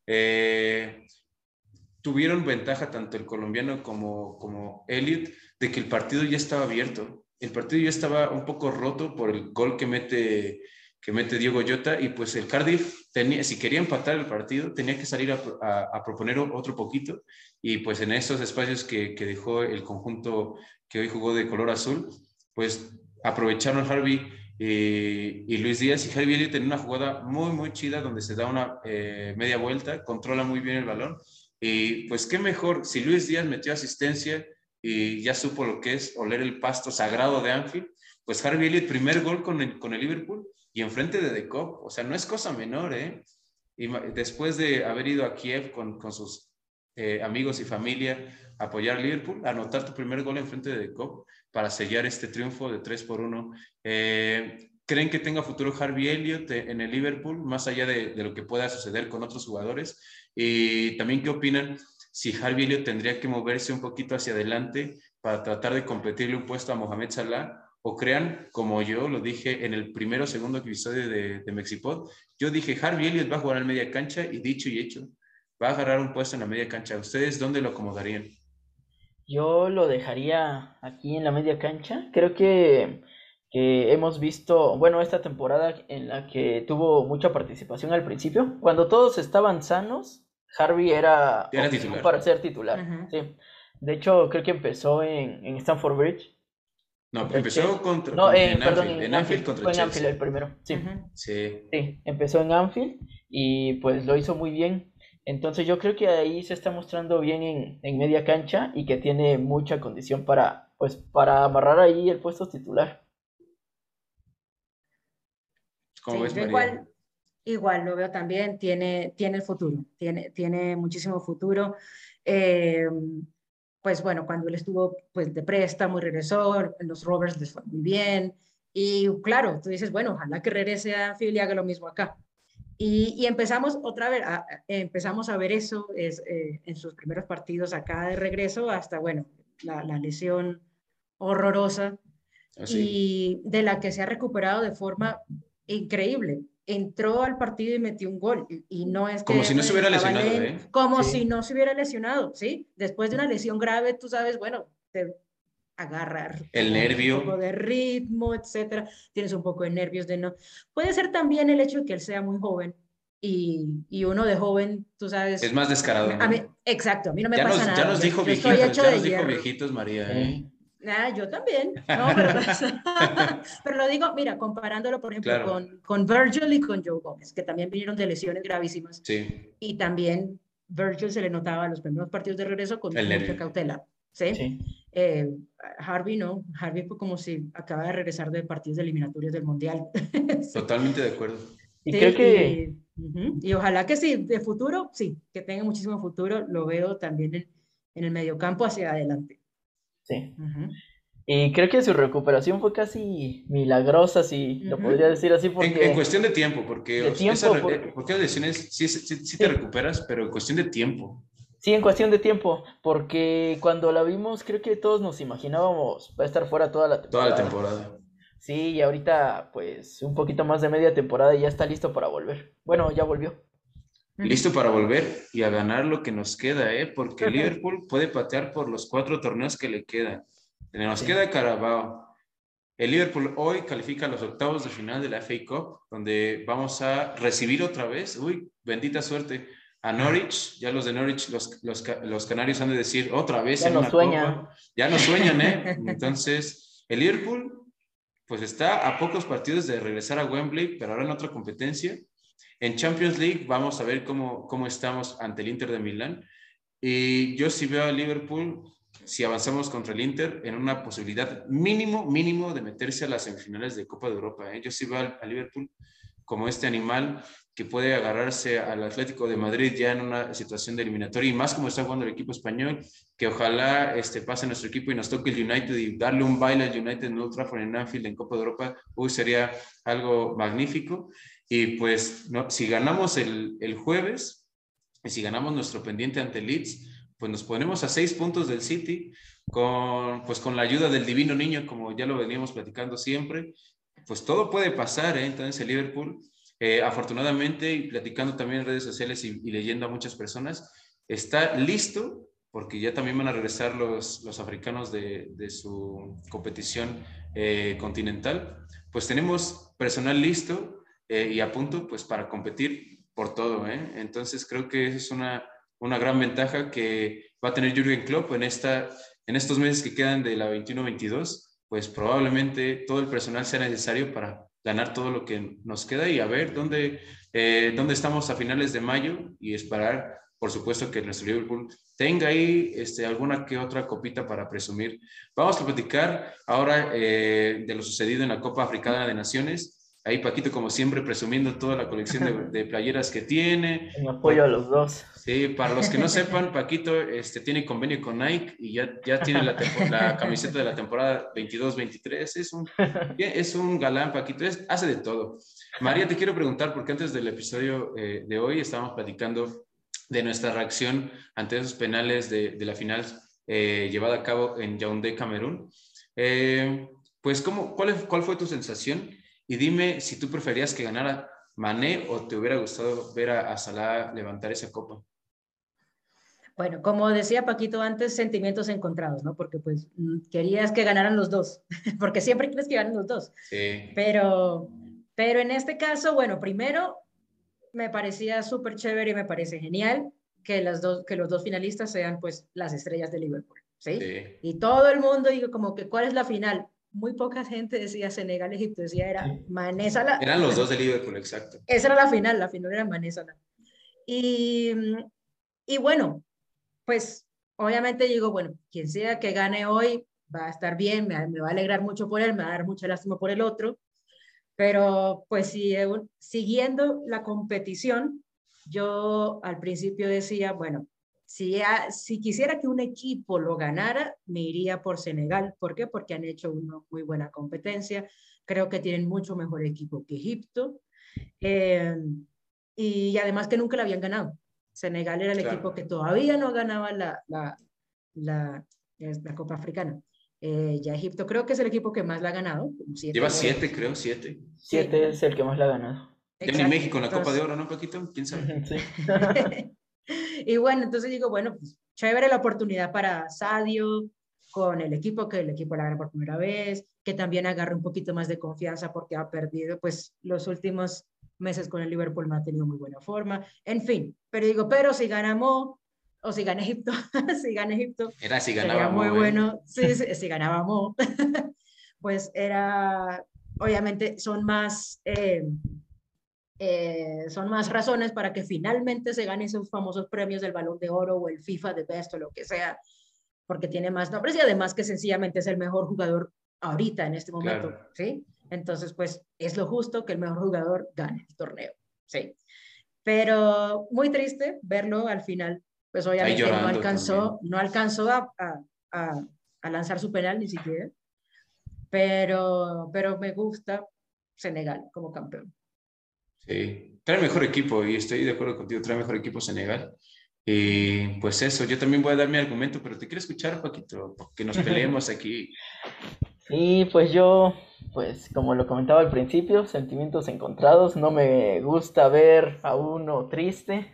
eh, tuvieron ventaja tanto el colombiano como, como Elliott de que el partido ya estaba abierto. El partido ya estaba un poco roto por el gol que mete, que mete Diego Jota y pues el Cardiff, tenía, si quería empatar el partido, tenía que salir a, a, a proponer otro poquito y pues en esos espacios que, que dejó el conjunto que hoy jugó de color azul, pues aprovecharon Harvey eh, y Luis Díaz y Harvey Elliott en una jugada muy, muy chida donde se da una eh, media vuelta, controla muy bien el balón y pues qué mejor si Luis Díaz metió asistencia y ya supo lo que es oler el pasto sagrado de Anfield, pues Harvey Elliott primer gol con el, con el Liverpool y enfrente de The Cop, o sea, no es cosa menor, ¿eh? Y después de haber ido a Kiev con, con sus eh, amigos y familia a apoyar a Liverpool, anotar tu primer gol enfrente de The Cop para sellar este triunfo de tres por uno. Eh, ¿Creen que tenga futuro Harvey Elliott en el Liverpool, más allá de, de lo que pueda suceder con otros jugadores? Y también, ¿qué opinan si Harvey Elliott tendría que moverse un poquito hacia adelante para tratar de competirle un puesto a Mohamed Salah? O crean, como yo lo dije en el primero o segundo episodio de, de Mexipod, yo dije, Harvey Elliott va a jugar en media cancha y dicho y hecho, va a agarrar un puesto en la media cancha. ¿Ustedes dónde lo acomodarían? Yo lo dejaría aquí en la media cancha. Creo que, que hemos visto, bueno, esta temporada en la que tuvo mucha participación al principio, cuando todos estaban sanos, Harvey era Era opción titular. para ser titular. Ujú. Sí. De hecho, creo que empezó en, en Stamford Bridge. No, Contra el empezó Chelsea. contra, No, con, eh, en perdón, Anfield, en en Anfield Anfield. contra Fue en Chelsea. Anfield el primero. Sí, Ujú. Sí. sí, empezó en Anfield y pues lo hizo muy bien. Entonces yo creo que ahí se está mostrando bien en, en media cancha y que tiene mucha condición para, pues, para amarrar ahí el puesto titular. ¿Cómo Sí, ves, yo María? igual, igual lo veo también, tiene, tiene el futuro, tiene, tiene muchísimo futuro. Eh, pues bueno, cuando él estuvo pues de préstamo y regresó, en los Rovers les fue muy bien, Y claro, tú dices, bueno, ojalá que regrese a Anfield y haga lo mismo acá. Y, y empezamos otra vez, a, a, empezamos a ver eso es, eh, en sus primeros partidos acá de regreso hasta, bueno, la, la lesión horrorosa Así. y de la que se ha recuperado de forma increíble. Entró al partido y metió un gol y, y no es Como que si no se hubiera estaba lesionado, lento, ¿eh? como Sí, si no se hubiera lesionado, ¿sí? Después de una lesión grave, tú sabes, bueno, te agarrar, El agarras un poco nervio. de ritmo, etcétera, tienes un poco de nervios de no. Puede ser también el hecho de que él sea muy joven y, y uno de joven, tú Es sabes, más descarado, a mí, ¿no? exacto, a mí no me Ya pasa nos, ya nada, nos yo, dijo yo estoy viejitos, hecho ya de nos dijo hierro. viejitos, María, ¿eh? sí, Ah, yo también, no, pero, pero lo digo, mira, comparándolo, por ejemplo, Claro, con, con Virgil y con Joe Gómez, que también vinieron de lesiones gravísimas, sí, y también Virgil se le notaba en los primeros partidos de regreso con el mucha nervio. cautela, ¿sí? sí. Eh, Harvey no, Harvey fue como si acaba de regresar de partidos eliminatorios del Mundial. Sí, Totalmente de acuerdo. Y creo sí, que, y, uh-huh, y ojalá que sí, de futuro, sí, que tenga muchísimo futuro, lo veo también en, en el mediocampo hacia adelante. sí. Uh-huh, Y creo que su recuperación fue casi milagrosa, si lo podría uh-huh. decir así, En, en porque cuestión de tiempo, porque de o sea, esa, tiempo, re- eh, porque porque las lesiones sí, sí, sí te sí, recuperas, pero en cuestión de tiempo, sí, en cuestión de tiempo, porque cuando la vimos creo que todos nos imaginábamos va a estar fuera toda la toda la temporada. temporada. Sí, y ahorita pues un poquito más de media temporada y ya está listo para volver. Bueno, ya volvió. Uh-huh. Listo para volver y a ganar lo que nos queda, ¿eh? Porque Liverpool puede patear por los cuatro torneos que le quedan. Nos Sí, queda Carabao. El Liverpool hoy califica a los octavos de final de la F A Cup, donde vamos a recibir otra vez, uy, bendita suerte, a Norwich. Ya los de Norwich, los, los, los canarios han de decir otra vez ya en nos una sueña. copa. Ya no sueñan, ¿eh? Entonces, el Liverpool pues está a pocos partidos de regresar a Wembley, pero ahora en otra competencia. En Champions League vamos a ver cómo, cómo estamos ante el Inter de Milán. Y yo sí veo a Liverpool, si avanzamos contra el Inter, en una posibilidad mínimo, mínimo de meterse a las semifinales de Copa de Europa. ¿eh? Yo sí veo a Liverpool como este animal que puede agarrarse al Atlético de Madrid ya en una situación de eliminatoria y más como está jugando el equipo español, que ojalá este, pase nuestro equipo y nos toque el United y darle un baile al United en Old Trafford en Anfield en Copa de Europa, uy, sería algo magnífico. Y pues no, si ganamos el, el jueves y si ganamos nuestro pendiente ante Leeds, pues nos ponemos a seis puntos del City con, pues con la ayuda del divino niño, como ya lo veníamos platicando siempre. Pues todo puede pasar, ¿eh? Entonces el Liverpool, eh, afortunadamente, y platicando también en redes sociales y, y leyendo a muchas personas, está listo, porque ya también van a regresar los, los africanos de, de su competición eh, continental. Pues tenemos personal listo eh, y a punto pues para competir por todo, ¿eh? Entonces creo que esa es una, una gran ventaja que va a tener Jürgen Klopp en, esta, en estos meses que quedan de la veintiuno veintidós, pues probablemente todo el personal sea necesario para ganar todo lo que nos queda y a ver dónde, eh, dónde estamos a finales de mayo y esperar, por supuesto, que nuestro Liverpool tenga ahí este, alguna que otra copita para presumir. Vamos a platicar ahora eh, de lo sucedido en la Copa Africana de Naciones. Ahí Paquito, como siempre, presumiendo toda la colección de, de playeras que tiene. En apoyo a Por, los dos. sí, para los que no sepan, Paquito este, tiene convenio con Nike y ya, ya tiene la, la camiseta de la temporada veintidós veintitrés. Es un, es un galán, Paquito, es, hace de todo. María, te quiero preguntar, porque antes del episodio eh, de hoy estábamos platicando de nuestra reacción ante esos penales de, de la final eh, llevada a cabo en Yaoundé, Camerún. Eh, pues, ¿cómo, cuál, ¿cuál fue tu sensación? Y dime si tú preferías que ganara Mané o te hubiera gustado ver a, a Salah levantar esa copa. Bueno, como decía Paquito antes, sentimientos encontrados, ¿no? Porque pues querías que ganaran los dos, porque siempre quieres que ganen los dos. Sí. Pero, pero en este caso, bueno, primero me parecía súper chévere y me parece genial que, las dos, que los dos finalistas sean pues las estrellas de Liverpool, ¿sí? Sí. Y todo el mundo digo como que ¿cuál es la final? Muy poca gente decía Senegal, Egipto, decía era Sí. Mané Salah. Eran los dos de Liverpool, exacto. Esa era la final, la final era Mané Salah. Y, y bueno, pues obviamente digo, bueno, quien sea que gane hoy va a estar bien, me, me va a alegrar mucho por él, me va a dar mucha lástima por el otro, pero pues si, siguiendo la competición, yo al principio decía, bueno, si, a, si quisiera que un equipo lo ganara, me iría por Senegal. ¿Por qué? Porque han hecho una muy buena competencia, Creo que tienen mucho mejor equipo que Egipto. Eh, y además que nunca la habían ganado. Senegal era el Claro. equipo que todavía no ganaba la, la, la, la Copa Africana. Eh, ya Egipto creo que es el equipo que más la ha ganado. Siete Lleva veces. siete, creo, siete. Siete Sí. es el que más la ha ganado. Ya ni Exacto. México en la Copa de Entonces, Oro, ¿no, Paquito? ¿Quién sabe? Sí. y bueno, entonces digo, bueno, pues chévere la oportunidad para Sadio con el equipo, que el equipo la agarre por primera vez, que también agarre un poquito más de confianza porque ha perdido, pues los últimos meses con el Liverpool no ha tenido muy buena forma, en fin, pero digo, pero si ganamos, o si gana Egipto, si gana Egipto, Era si sería ganábamos, muy ¿eh? bueno, sí, sí, si ganábamos, pues era, obviamente son más... Eh, Eh, son más razones para que finalmente se gane esos famosos premios del Balón de Oro o el FIFA de Best o lo que sea, porque tiene más nombres y además que sencillamente es el mejor jugador ahorita, en este momento, Claro. ¿sí? Entonces, pues es lo justo que el mejor jugador gane el torneo, ¿sí? Pero muy triste verlo al final, pues Ahí obviamente no llorando alcanzó, también. no alcanzó a, a, a, a lanzar su penal ni siquiera, pero, pero me gusta Senegal como campeón. Sí, trae mejor equipo y estoy de acuerdo contigo, trae mejor equipo Senegal. Y pues eso, yo también voy a dar mi argumento, pero te quiero escuchar, Paquito, que nos peleemos aquí. Y pues yo, pues como lo comentaba al principio, sentimientos encontrados, no me gusta ver a uno triste,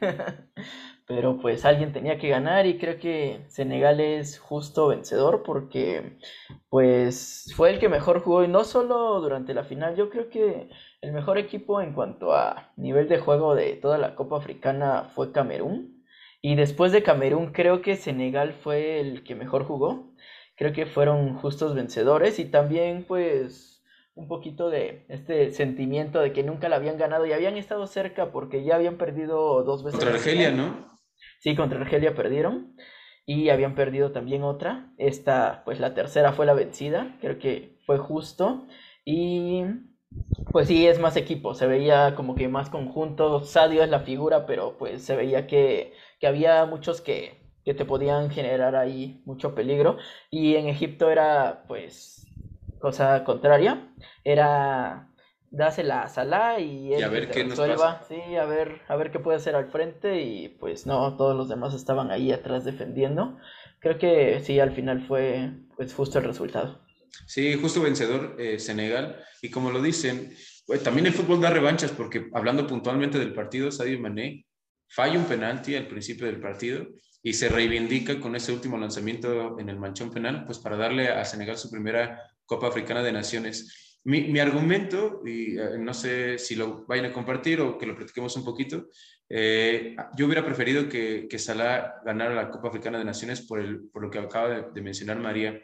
pero pues alguien tenía que ganar y creo que Senegal es justo vencedor porque pues fue el que mejor jugó y no solo durante la final, yo creo que el mejor equipo en cuanto a nivel de juego de toda la Copa Africana fue Camerún y después de Camerún creo que Senegal fue el que mejor jugó. Creo que fueron justos vencedores y también pues un poquito de este sentimiento de que nunca la habían ganado y habían estado cerca porque ya habían perdido dos veces Contra la Argelia, final. ¿no? Sí, contra Argelia perdieron y habían perdido también otra. Esta, pues la tercera fue la vencida, creo que fue justo y pues sí, es más equipo, se veía como que más conjunto. Sadio es la figura, pero pues se veía que, que había muchos que, que te podían generar ahí mucho peligro. Y en Egipto era pues cosa contraria, era dásela a Salah y Y a él que ver te qué nos resuelva, pasa. sí, a ver, a ver qué puede hacer al frente y pues no, todos los demás estaban ahí atrás defendiendo. Creo que sí, al final fue pues justo el resultado. Sí, justo vencedor eh, Senegal. Y como lo dicen, pues, también el fútbol da revanchas, porque hablando puntualmente del partido, Sadio Mané falla un penalti al principio del partido y se reivindica con ese último lanzamiento en el manchón penal, pues para darle a Senegal su primera Copa Africana de Naciones. Mi, mi argumento, y eh, no sé si lo vayan a compartir o que lo platiquemos un poquito, eh, yo hubiera preferido que, que Salah ganara la Copa Africana de Naciones por, el, por lo que acaba de, de mencionar María.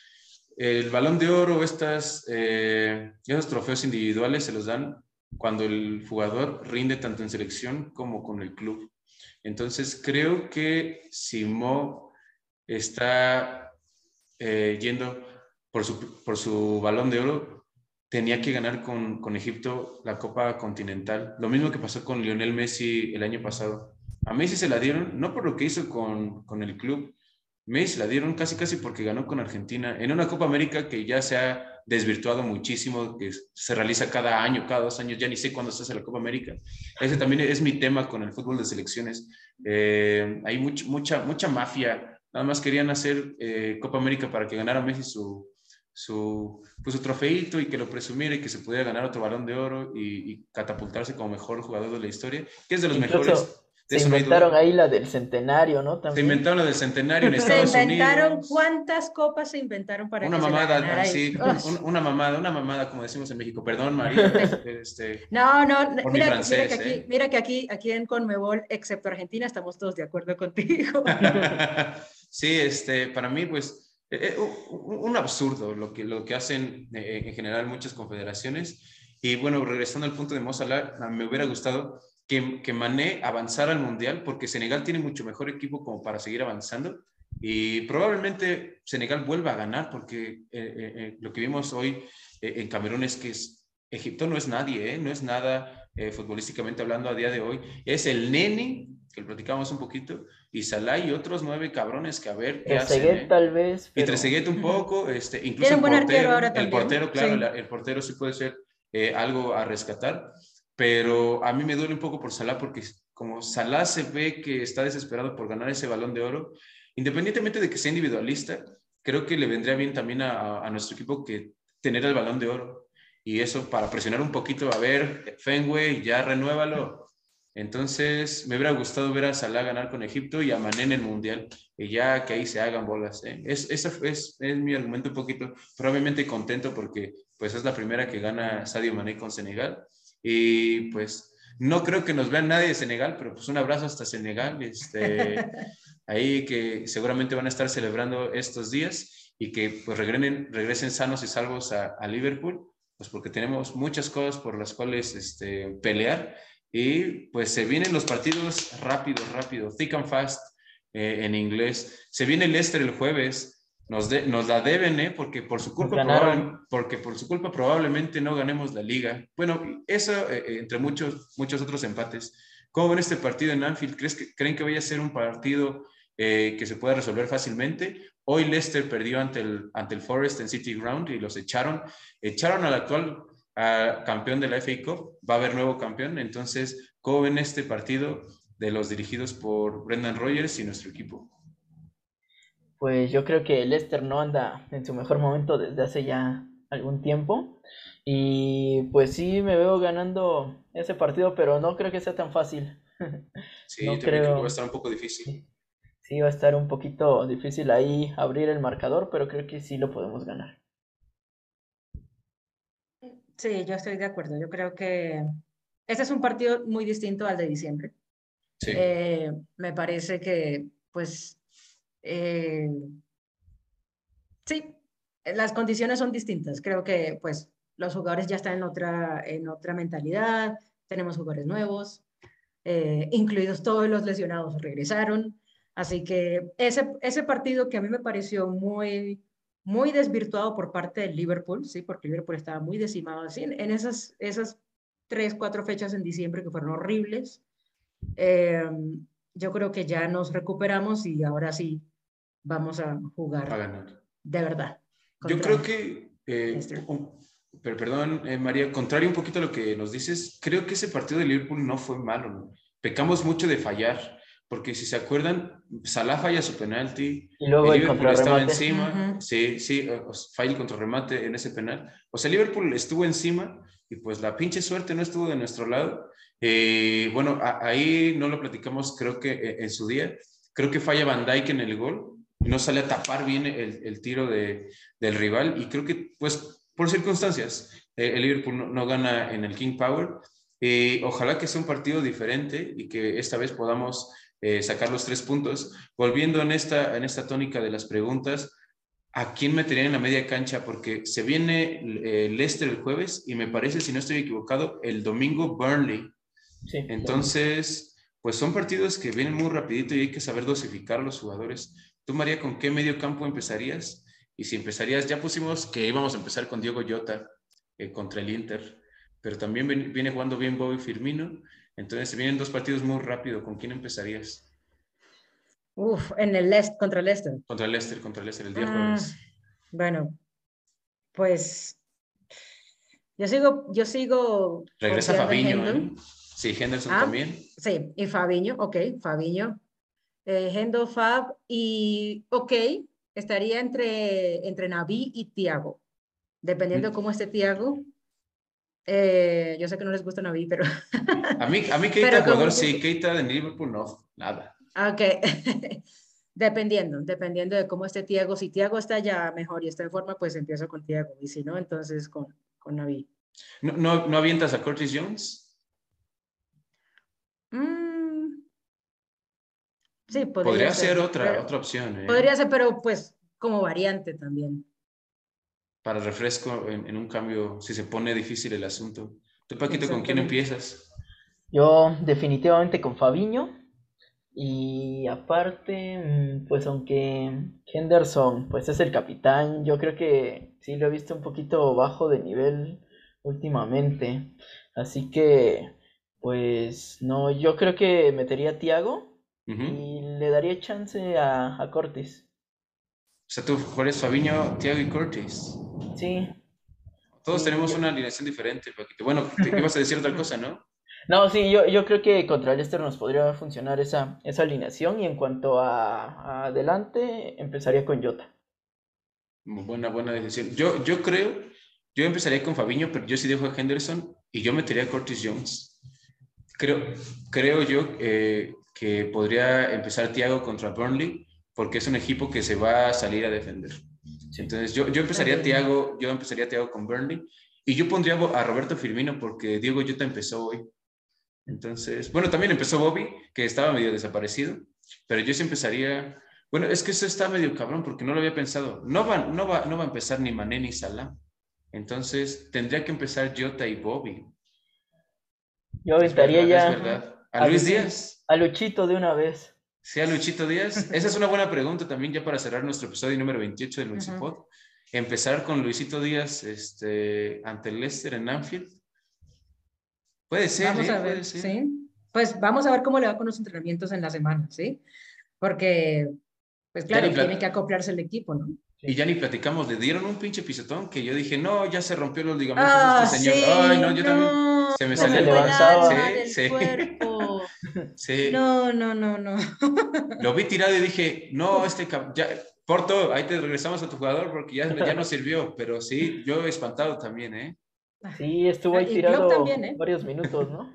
El Balón de Oro, estas, eh, esos trofeos individuales se los dan cuando el jugador rinde tanto en selección como con el club. Entonces, creo que si Mo está eh, yendo por su, por su Balón de Oro, tenía que ganar con, con Egipto la Copa Continental. Lo mismo que pasó con Lionel Messi el año pasado. A Messi se la dieron, no por lo que hizo con, con el club, Messi la dieron casi casi porque ganó con Argentina en una Copa América que ya se ha desvirtuado muchísimo, que se realiza cada año, cada dos años, ya ni sé cuándo se hace la Copa América. Ese también es mi tema con el fútbol de selecciones. Eh, hay much, mucha, mucha mafia, nada más querían hacer eh, Copa América para que ganara Messi su, su, pues, su trofeito y que lo presumiera y que se pudiera ganar otro Balón de Oro y, y catapultarse como mejor jugador de la historia, que es de los mejores. Incluso De se eso no hay inventaron duda. ahí la del centenario, ¿no? Se También. inventaron la del centenario en Se Estados inventaron, Unidos. ¿cuántas copas se inventaron para Una que se la mamada, ganara ahí? así, Oh, un, una mamada, una mamada, como decimos en México. Perdón, María, este, no, no, por mi mira, que- mira que francés, aquí, ¿eh? mira que aquí, aquí en Conmebol, excepto Argentina, estamos todos de acuerdo contigo. Sí, este, para mí, pues, eh, un, un absurdo lo que, lo que hacen eh, en general muchas confederaciones. Y bueno, regresando al punto de Mo Salah, me hubiera gustado que, que Mané avanzara al Mundial, porque Senegal tiene mucho mejor equipo como para seguir avanzando. Y probablemente Senegal vuelva a ganar, porque eh, eh, eh, lo que vimos hoy eh, en Camerún es que es, Egipto no es nadie, ¿eh? No es nada. eh, futbolísticamente hablando a día de hoy, es el Neni, que lo platicamos un poquito, y Salah y otros nueve cabrones que a ver qué hacen. Trezeguet ¿eh? tal vez, Y pero... Trezeguet un poco, este, incluso Tiene el un buen arquero portero, ahora el también. portero, claro, Sí. la- el portero sí puede ser eh, algo a rescatar, pero a mí me duele un poco por Salah porque como Salah se ve que está desesperado por ganar ese Balón de Oro, independientemente de que sea individualista, creo que le vendría bien también a, a nuestro equipo que tener el Balón de Oro. Y eso para presionar un poquito, a ver, Fenway, ya renuévalo. Entonces, me hubiera gustado ver a Salah ganar con Egipto y a Mané en el Mundial, y ya que ahí se hagan bolas. ¿eh? Es, ese es, es mi argumento un poquito, probablemente contento porque pues es la primera que gana Sadio Mané con Senegal. Y pues no creo que nos vean nadie de Senegal, pero pues un abrazo hasta Senegal. Este, ahí que seguramente van a estar celebrando estos días y que pues regresen, regresen sanos y salvos a, a Liverpool, pues porque tenemos muchas cosas por las cuales este, pelear y pues se vienen los partidos rápido, rápido, thick and fast eh, en inglés. Se viene el Leicester el jueves. Nos, de, nos la deben, ¿eh? Porque por su culpa probable, porque por su culpa probablemente no ganemos la liga. Bueno, eso eh, entre muchos, muchos otros empates. ¿Cómo ven este partido en Anfield? ¿Crees que, ¿Creen que vaya a ser un partido eh, que se pueda resolver fácilmente? Hoy Leicester perdió ante el, ante el Forest en City Ground y los echaron. Echaron al actual a, campeón de la F A Cup. Va a haber nuevo campeón. Entonces, ¿cómo ven este partido de los dirigidos por Brendan Rodgers y nuestro equipo? Pues yo creo que Leicester no anda en su mejor momento desde hace ya algún tiempo. Y pues sí, me veo ganando ese partido, pero no creo que sea tan fácil. Sí, no yo también creo... creo que va a estar un poco difícil. Sí, va a estar un poquito difícil ahí abrir el marcador, pero creo que sí lo podemos ganar. Sí, yo estoy de acuerdo. Yo creo que este es un partido muy distinto al de diciembre. Sí. Eh, me parece que, pues, eh, sí, las condiciones son distintas. Creo que, pues, los jugadores ya están en otra, en otra mentalidad. Tenemos jugadores nuevos, eh, incluidos todos los lesionados regresaron. Así que ese, ese partido que a mí me pareció muy, muy desvirtuado por parte del Liverpool, sí, porque el Liverpool estaba muy decimado así, en, en esas, esas tres, cuatro fechas en diciembre que fueron horribles. Eh, yo creo que ya nos recuperamos y ahora sí vamos a jugar a ganar. De verdad. Yo creo que, eh, un, pero perdón, eh, María, contrario un poquito a lo que nos dices, creo que ese partido de Liverpool no fue malo, ¿no? Pecamos mucho de fallar, porque si se acuerdan, Salah falla su penalti, y luego el el Liverpool estaba encima, uh-huh. sí, sí, falla el contrarremate en ese penal, o sea, Liverpool estuvo encima y pues la pinche suerte no estuvo de nuestro lado. Eh, bueno, a, ahí no lo platicamos, creo que eh, en su día, creo que falla Van Dijk en el gol, no sale a tapar bien el, el tiro de, del rival y creo que pues por circunstancias eh, el Liverpool no, no gana en el King Power. Eh, ojalá que sea un partido diferente y que esta vez podamos eh, sacar los tres puntos. Volviendo en esta, en esta tónica de las preguntas, ¿a quién metería en la media cancha? Porque se viene eh, Leicester el jueves y me parece, si no estoy equivocado, el domingo Burnley. Sí, entonces, pues son partidos que vienen muy rapidito y hay que saber dosificar a los jugadores. Tú, María, ¿con qué medio campo empezarías? Y si empezarías, ya pusimos que íbamos a empezar con Diogo Jota eh, contra el Inter, pero también ven, viene jugando bien Bobby Firmino, entonces se vienen dos partidos muy rápido. ¿Con quién empezarías? Uf, en el Leicester, contra el Leicester. Contra el Leicester, contra el Leicester, el día mm, jueves. Bueno, pues yo sigo, yo sigo. Regresa Fabinho, ¿eh? Sí, Henderson ah, también. Sí, y Fabinho, ok, Fabinho. Eh, Hendo, Fab, y ok, estaría entre, entre Naby y Thiago, dependiendo de cómo esté Thiago. Eh, yo sé que no les gusta Naby, pero... a mí, a mí Keita, jugador, como... sí, Keita de Liverpool, no, nada. Ok, dependiendo, dependiendo de cómo esté Thiago. Si Thiago está ya mejor y está en forma, pues empiezo con Thiago, y si no, entonces con, con Naby. ¿No, no, ¿No avientas a Curtis Jones? Mm. Sí, podría, podría ser, ser otra, pero, otra opción. ¿eh? Podría ser, pero pues como variante también. Para refresco en, en un cambio, si se pone difícil el asunto. ¿Tú, Paquito, con quién empiezas? Yo definitivamente con Fabinho. Y aparte, pues aunque Henderson pues es el capitán, yo creo que sí lo he visto un poquito bajo de nivel últimamente. Así que Pues no, yo creo que metería a Thiago Ujú. y le daría chance a, a Curtis. O sea, tú juegas Fabiño, Thiago y Curtis. Sí, Todos sí, tenemos yo- una alineación diferente, Paquito. Bueno, te ibas a decir otra cosa, ¿no? No, sí, yo, yo creo que contra el Leicester nos podría funcionar esa, esa alineación y en cuanto a, a adelante empezaría con Jota. Buena, buena decisión. Yo, yo creo, yo empezaría con Fabiño, pero yo sí dejo a Henderson y yo metería a Curtis Jones. Creo, creo yo eh, que podría empezar Thiago contra Burnley porque es un equipo que se va a salir a defender. Sí. Entonces yo, yo empezaría Ok. Thiago, yo empezaría Thiago con Burnley y yo pondría a Roberto Firmino porque Diego Jota empezó hoy. Entonces, bueno, también empezó Bobby, que estaba medio desaparecido, pero yo sí empezaría. Bueno, es que eso está medio cabrón porque no lo había pensado. No va, no va, no va a empezar ni Mané ni Salah. Entonces tendría que empezar Jota y Bobby. Yo Es aventaría verdad, es ya verdad. A a Luis Luchi- Díaz. a Luchito de una vez. Sí, a Luchito Díaz. Esa es una buena pregunta también ya para cerrar nuestro episodio número veintiocho del Luxipod. Ujú. Empezar con Luisito Díaz este, ante el Leicester en Anfield. Puede ser, Vamos ¿eh? a Puede ver, ser. ¿sí? Pues vamos a ver cómo le va con los entrenamientos en la semana, ¿sí? Porque, pues Ya ni claro, tiene que plat- acoplarse el equipo, ¿no? Y Sí. ya ni platicamos, le dieron un pinche pisotón que yo dije, no, ya se rompió los ligamentos este Ah, señor. Ay, no, sí, yo también no, se me se No se me salió. fue el levantaba. alma Sí, del sí, cuerpo. sí. No, no, no, no. Lo vi tirado y dije, no, este cab- ya, Porto, ahí te regresamos a tu jugador porque ya, ya no sirvió. Pero sí, yo espantado también, ¿eh? Sí, estuvo Ah, ahí y Klopp tirado también, ¿eh? varios minutos, ¿no?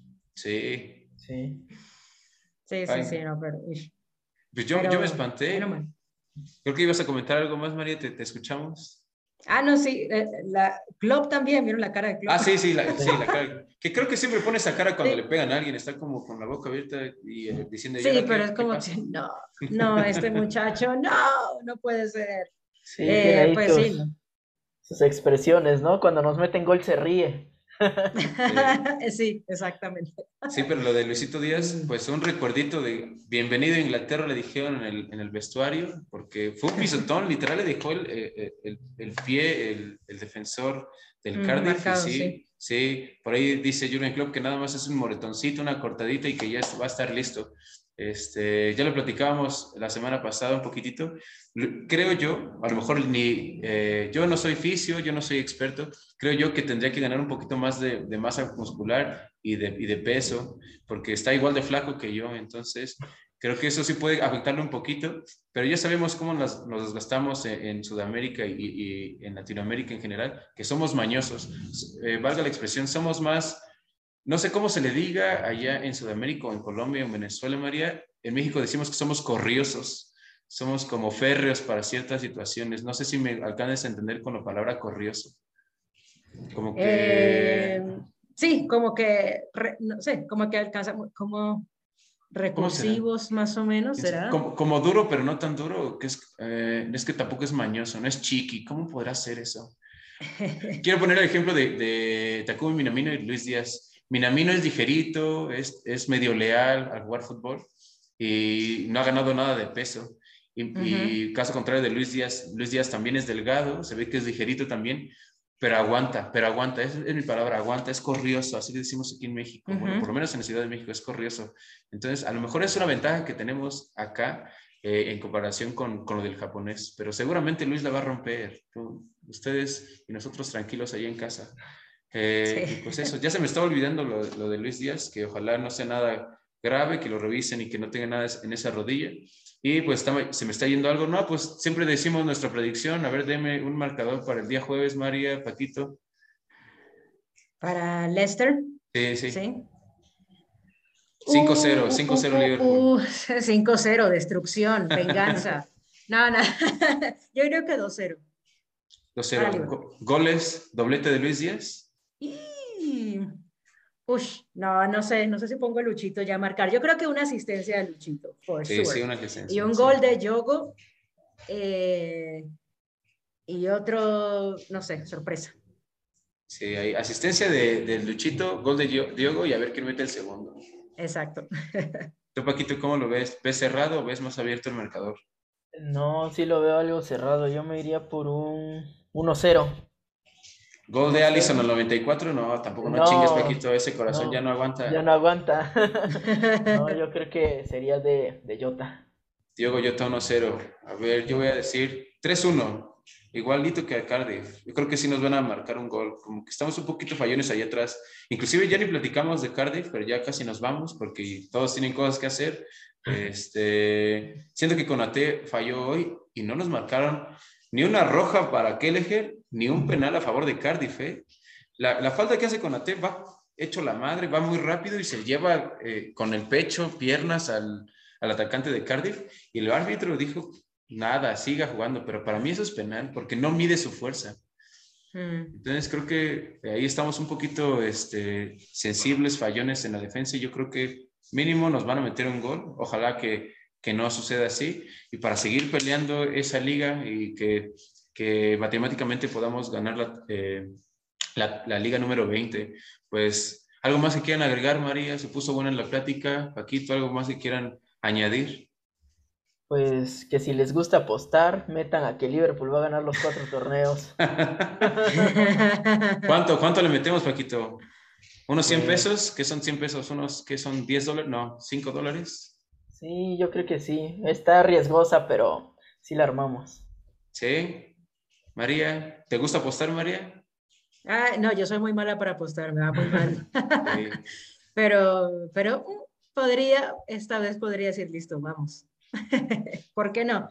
Sí. Sí. Sí, sí, sí, Ay, no, pero, uy, pues yo, yo me pero, bueno, espanté. mal. Creo que ibas a comentar algo más, María, te, te escuchamos. Ah, no, sí, eh, la, Klopp también, ¿vieron la cara de Ah, Klopp? sí, sí, la, Sí. sí, la cara. Que creo que siempre pone esa cara cuando le Sí, pegan a alguien, está como con la boca abierta y eh, diciendo, ¿y sí, ahora pero es qué? ¿Qué como que pasa? no, no, este muchacho, no, no puede ser. Sí, tiene Eh, Sí, ahí pues sí, sus, ¿no? sus expresiones, ¿no? Cuando nos meten gol se ríe. sí. Sí, exactamente. Sí, pero lo de Luisito Díaz, Mm. pues un recuerdito de bienvenido a Inglaterra, le dijeron en el, en el vestuario, porque fue un pisotón, literal le dejó el, el, el, el pie, el, el defensor del Ujú, Cardiff, y marcado, sí. sí, sí, por ahí dice Jürgen Klopp que nada más es un moretoncito, una cortadita y que ya va a estar listo. Este, ya lo platicábamos la semana pasada un poquitito. Creo yo, a lo mejor ni eh, yo no soy fisio, yo no soy experto, creo yo que tendría que ganar un poquito más de, de masa muscular y de, y de peso, porque está igual de flaco que yo, entonces creo que eso sí puede afectarle un poquito, pero ya sabemos cómo nos, nos desgastamos en, en Sudamérica y, y, en Latinoamérica en general, que somos mañosos, eh, valga la expresión, somos más, no sé cómo se le diga allá en Sudamérica o en Colombia o en Venezuela, María, en México decimos que somos corriosos, somos como férreos para ciertas situaciones, no sé si me alcanzas a entender con la palabra corrioso, como Eh, que, sí, como que, re- no sé, como que alcanza, como ¿cómo será? recursivos más o menos, ¿será? Como, como duro, pero no tan duro, que es, eh, es que tampoco es mañoso, no es chiqui. ¿Cómo podrá ser eso? Quiero poner el ejemplo de, de Takumi Minamino y Luis Díaz. Minamino es ligerito, es, es medio leal al jugar fútbol y no ha ganado nada de peso. Y, Ujú, y caso contrario de Luis Díaz, Luis Díaz también es delgado, se ve que es ligerito también, pero aguanta, pero aguanta, es, es mi palabra, aguanta, es corrioso, así le decimos aquí en México, bueno, por lo ujú. menos en la Ciudad de México es corrioso. Entonces, a lo mejor es una ventaja que tenemos acá eh, en comparación con, con lo del japonés, pero seguramente Luis la va a romper. Tú, ustedes y nosotros tranquilos ahí en casa. Eh, y pues eso, Sí. ya se me estaba olvidando lo, lo de Luis Díaz, que ojalá no sea nada grave, que lo revisen y que no tenga nada en esa rodilla. Y pues está, se me está yendo algo, no, pues siempre decimos nuestra predicción, a ver, deme un marcador para el día jueves, María, Paquito. Para Leicester, Sí, sí, ¿sí? cinco Uh, cero, uh, cinco uh, cero uh, Liverpool. uh, cinco cero, destrucción, venganza. No, no, yo creo que dos cero dos para cero. Liverpool. Go- goles, doblete de Luis Díaz. Y... Ush, no, no sé, no sé si pongo a Luchito ya a marcar. Yo creo que una asistencia de Luchito, for Sí, sí, sure. una Y licencia, un sí. gol de Yogo eh, y otro, no sé, sorpresa. Sí, hay asistencia de, de Luchito, gol de Diogo y a ver quién mete el segundo. Exacto. Tú, Paquito, ¿cómo lo ves? ¿Ves cerrado o ves más abierto el marcador? No, sí lo veo algo cerrado. Yo me iría por un uno cero. Gol de Alisson al noventa y cuatro, no, tampoco no, No, chingues, Paquito, ese corazón no, ya no aguanta. ya no aguanta. No, yo creo que sería de, de Jota. Diogo Jota uno cero. A ver, yo voy a decir tres uno. Igualito que a Cardiff. Yo creo que sí nos van a marcar un gol. Como que estamos un poquito fallones ahí atrás. Inclusive ya ni platicamos de Cardiff, pero ya casi nos vamos porque todos tienen cosas que hacer. Este, siento que Konaté falló hoy y no nos marcaron ni una roja para Kelleher, ni un penal a favor de Cardiff. ¿eh? La, la falta que hace Konaté va hecho la madre, va muy rápido y se lleva eh, con el pecho, piernas al, al atacante de Cardiff. Y el árbitro dijo, nada, siga jugando. Pero para mí eso es penal porque no mide su fuerza. Mm. Entonces creo que ahí estamos un poquito este, sensibles, fallones en la defensa. Y yo creo que mínimo nos van a meter un gol. Ojalá que, que no suceda así. Y para seguir peleando esa liga y que, que matemáticamente podamos ganar la, eh, la, la liga número veinte. Pues, ¿algo más que quieran agregar, María? Se puso buena en la plática. Paquito, ¿algo más que quieran añadir? Pues que si les gusta apostar, metan a que Liverpool va a ganar los cuatro torneos. ¿Cuánto, ¿Cuánto le metemos, Paquito? ¿Unos cien pesos? ¿Qué son cien pesos? ¿Unos qué son diez dólares? No, cinco dólares. Sí, yo creo que sí. Está riesgosa, pero sí la armamos. Sí. María, ¿te gusta apostar, María? Ah, no, yo soy muy mala para apostar, me va muy mal. Sí. pero, pero podría, esta vez podría decir, listo, vamos. ¿Por qué no?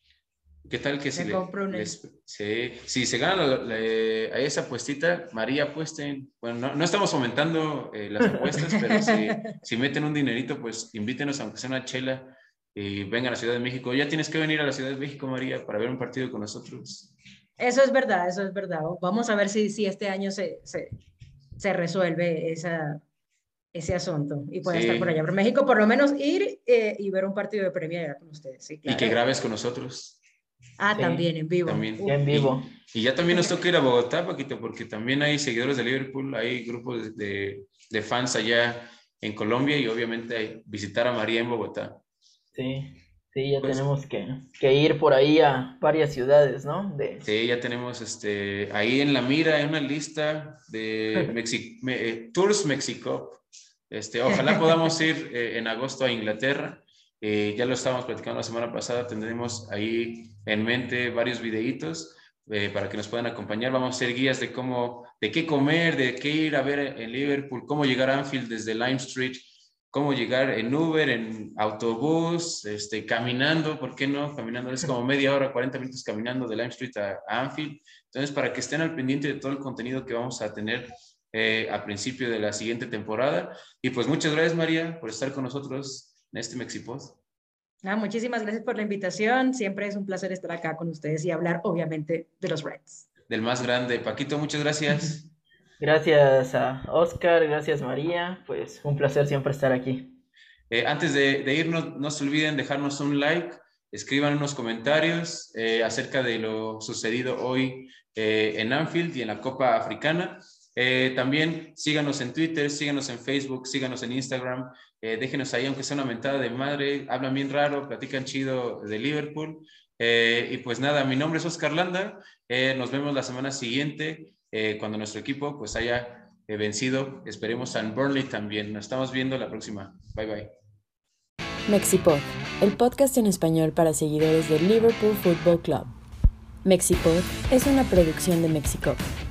¿Qué tal que si, le, les, sí, si se gana la, la, a esa apuestita, María apuesten? Bueno, no, no estamos fomentando eh, las apuestas, pero si, si meten un dinerito, pues invítenos aunque sea una chela y vengan a la Ciudad de México. Ya tienes que venir a la Ciudad de México, María, para ver un partido con nosotros. Eso es verdad, eso es verdad. Vamos a ver si, si este año se, se, se resuelve esa... ese asunto y pueda sí. estar por allá por México, por lo menos ir eh, y ver un partido de Premier allá con ustedes. Sí, claro. Y que grabes con nosotros. Ah, sí. también en vivo. También. Uh. En vivo. Y, y ya también nos toca ir a Bogotá, Paquito, porque también hay seguidores de Liverpool, hay grupos de, de, de fans allá en Colombia y obviamente hay visitar a María en Bogotá. Sí, sí, ya pues, tenemos que, que ir por ahí a varias ciudades, ¿no? De... Sí, ya tenemos este, ahí en la mira, en una lista de Mexi me, Tours Mexico. Este, ojalá podamos ir eh, en agosto a Inglaterra. Eh, ya lo estábamos platicando la semana pasada. Tendremos ahí en mente varios videitos eh, para que nos puedan acompañar. Vamos a hacer guías de cómo, de qué comer, de qué ir a ver en Liverpool, cómo llegar a Anfield desde Lime Street, cómo llegar en Uber, en autobús, este, caminando, ¿por qué no? Caminando es como media hora, cuarenta minutos caminando de Lime Street a, a Anfield. Entonces, para que estén al pendiente de todo el contenido que vamos a tener Eh, a principio de la siguiente temporada. Y pues muchas gracias, María, por estar con nosotros en este Mexipod. Ah, muchísimas gracias por la invitación. Siempre es un placer estar acá con ustedes y hablar, obviamente, de los Reds. Del más grande. Paquito, muchas gracias. Gracias a Oscar, gracias María. Pues un placer siempre estar aquí. Eh, antes de, de irnos, no se olviden dejarnos un like, escriban unos comentarios eh, acerca de lo sucedido hoy eh, en Anfield y en la Copa Africana. Eh, también síganos en Twitter, síganos en Facebook, síganos en Instagram, eh, déjenos ahí aunque sea una mentada de madre, hablan bien raro, platican chido de Liverpool eh, y pues nada, mi nombre es Oscar Landa, eh, nos vemos la semana siguiente eh, cuando nuestro equipo pues haya eh, vencido, esperemos a Burnley también, nos estamos viendo la próxima, bye bye. Mexipod, el podcast en español para seguidores del Liverpool Football Club. Mexipod es una producción de Mexicop.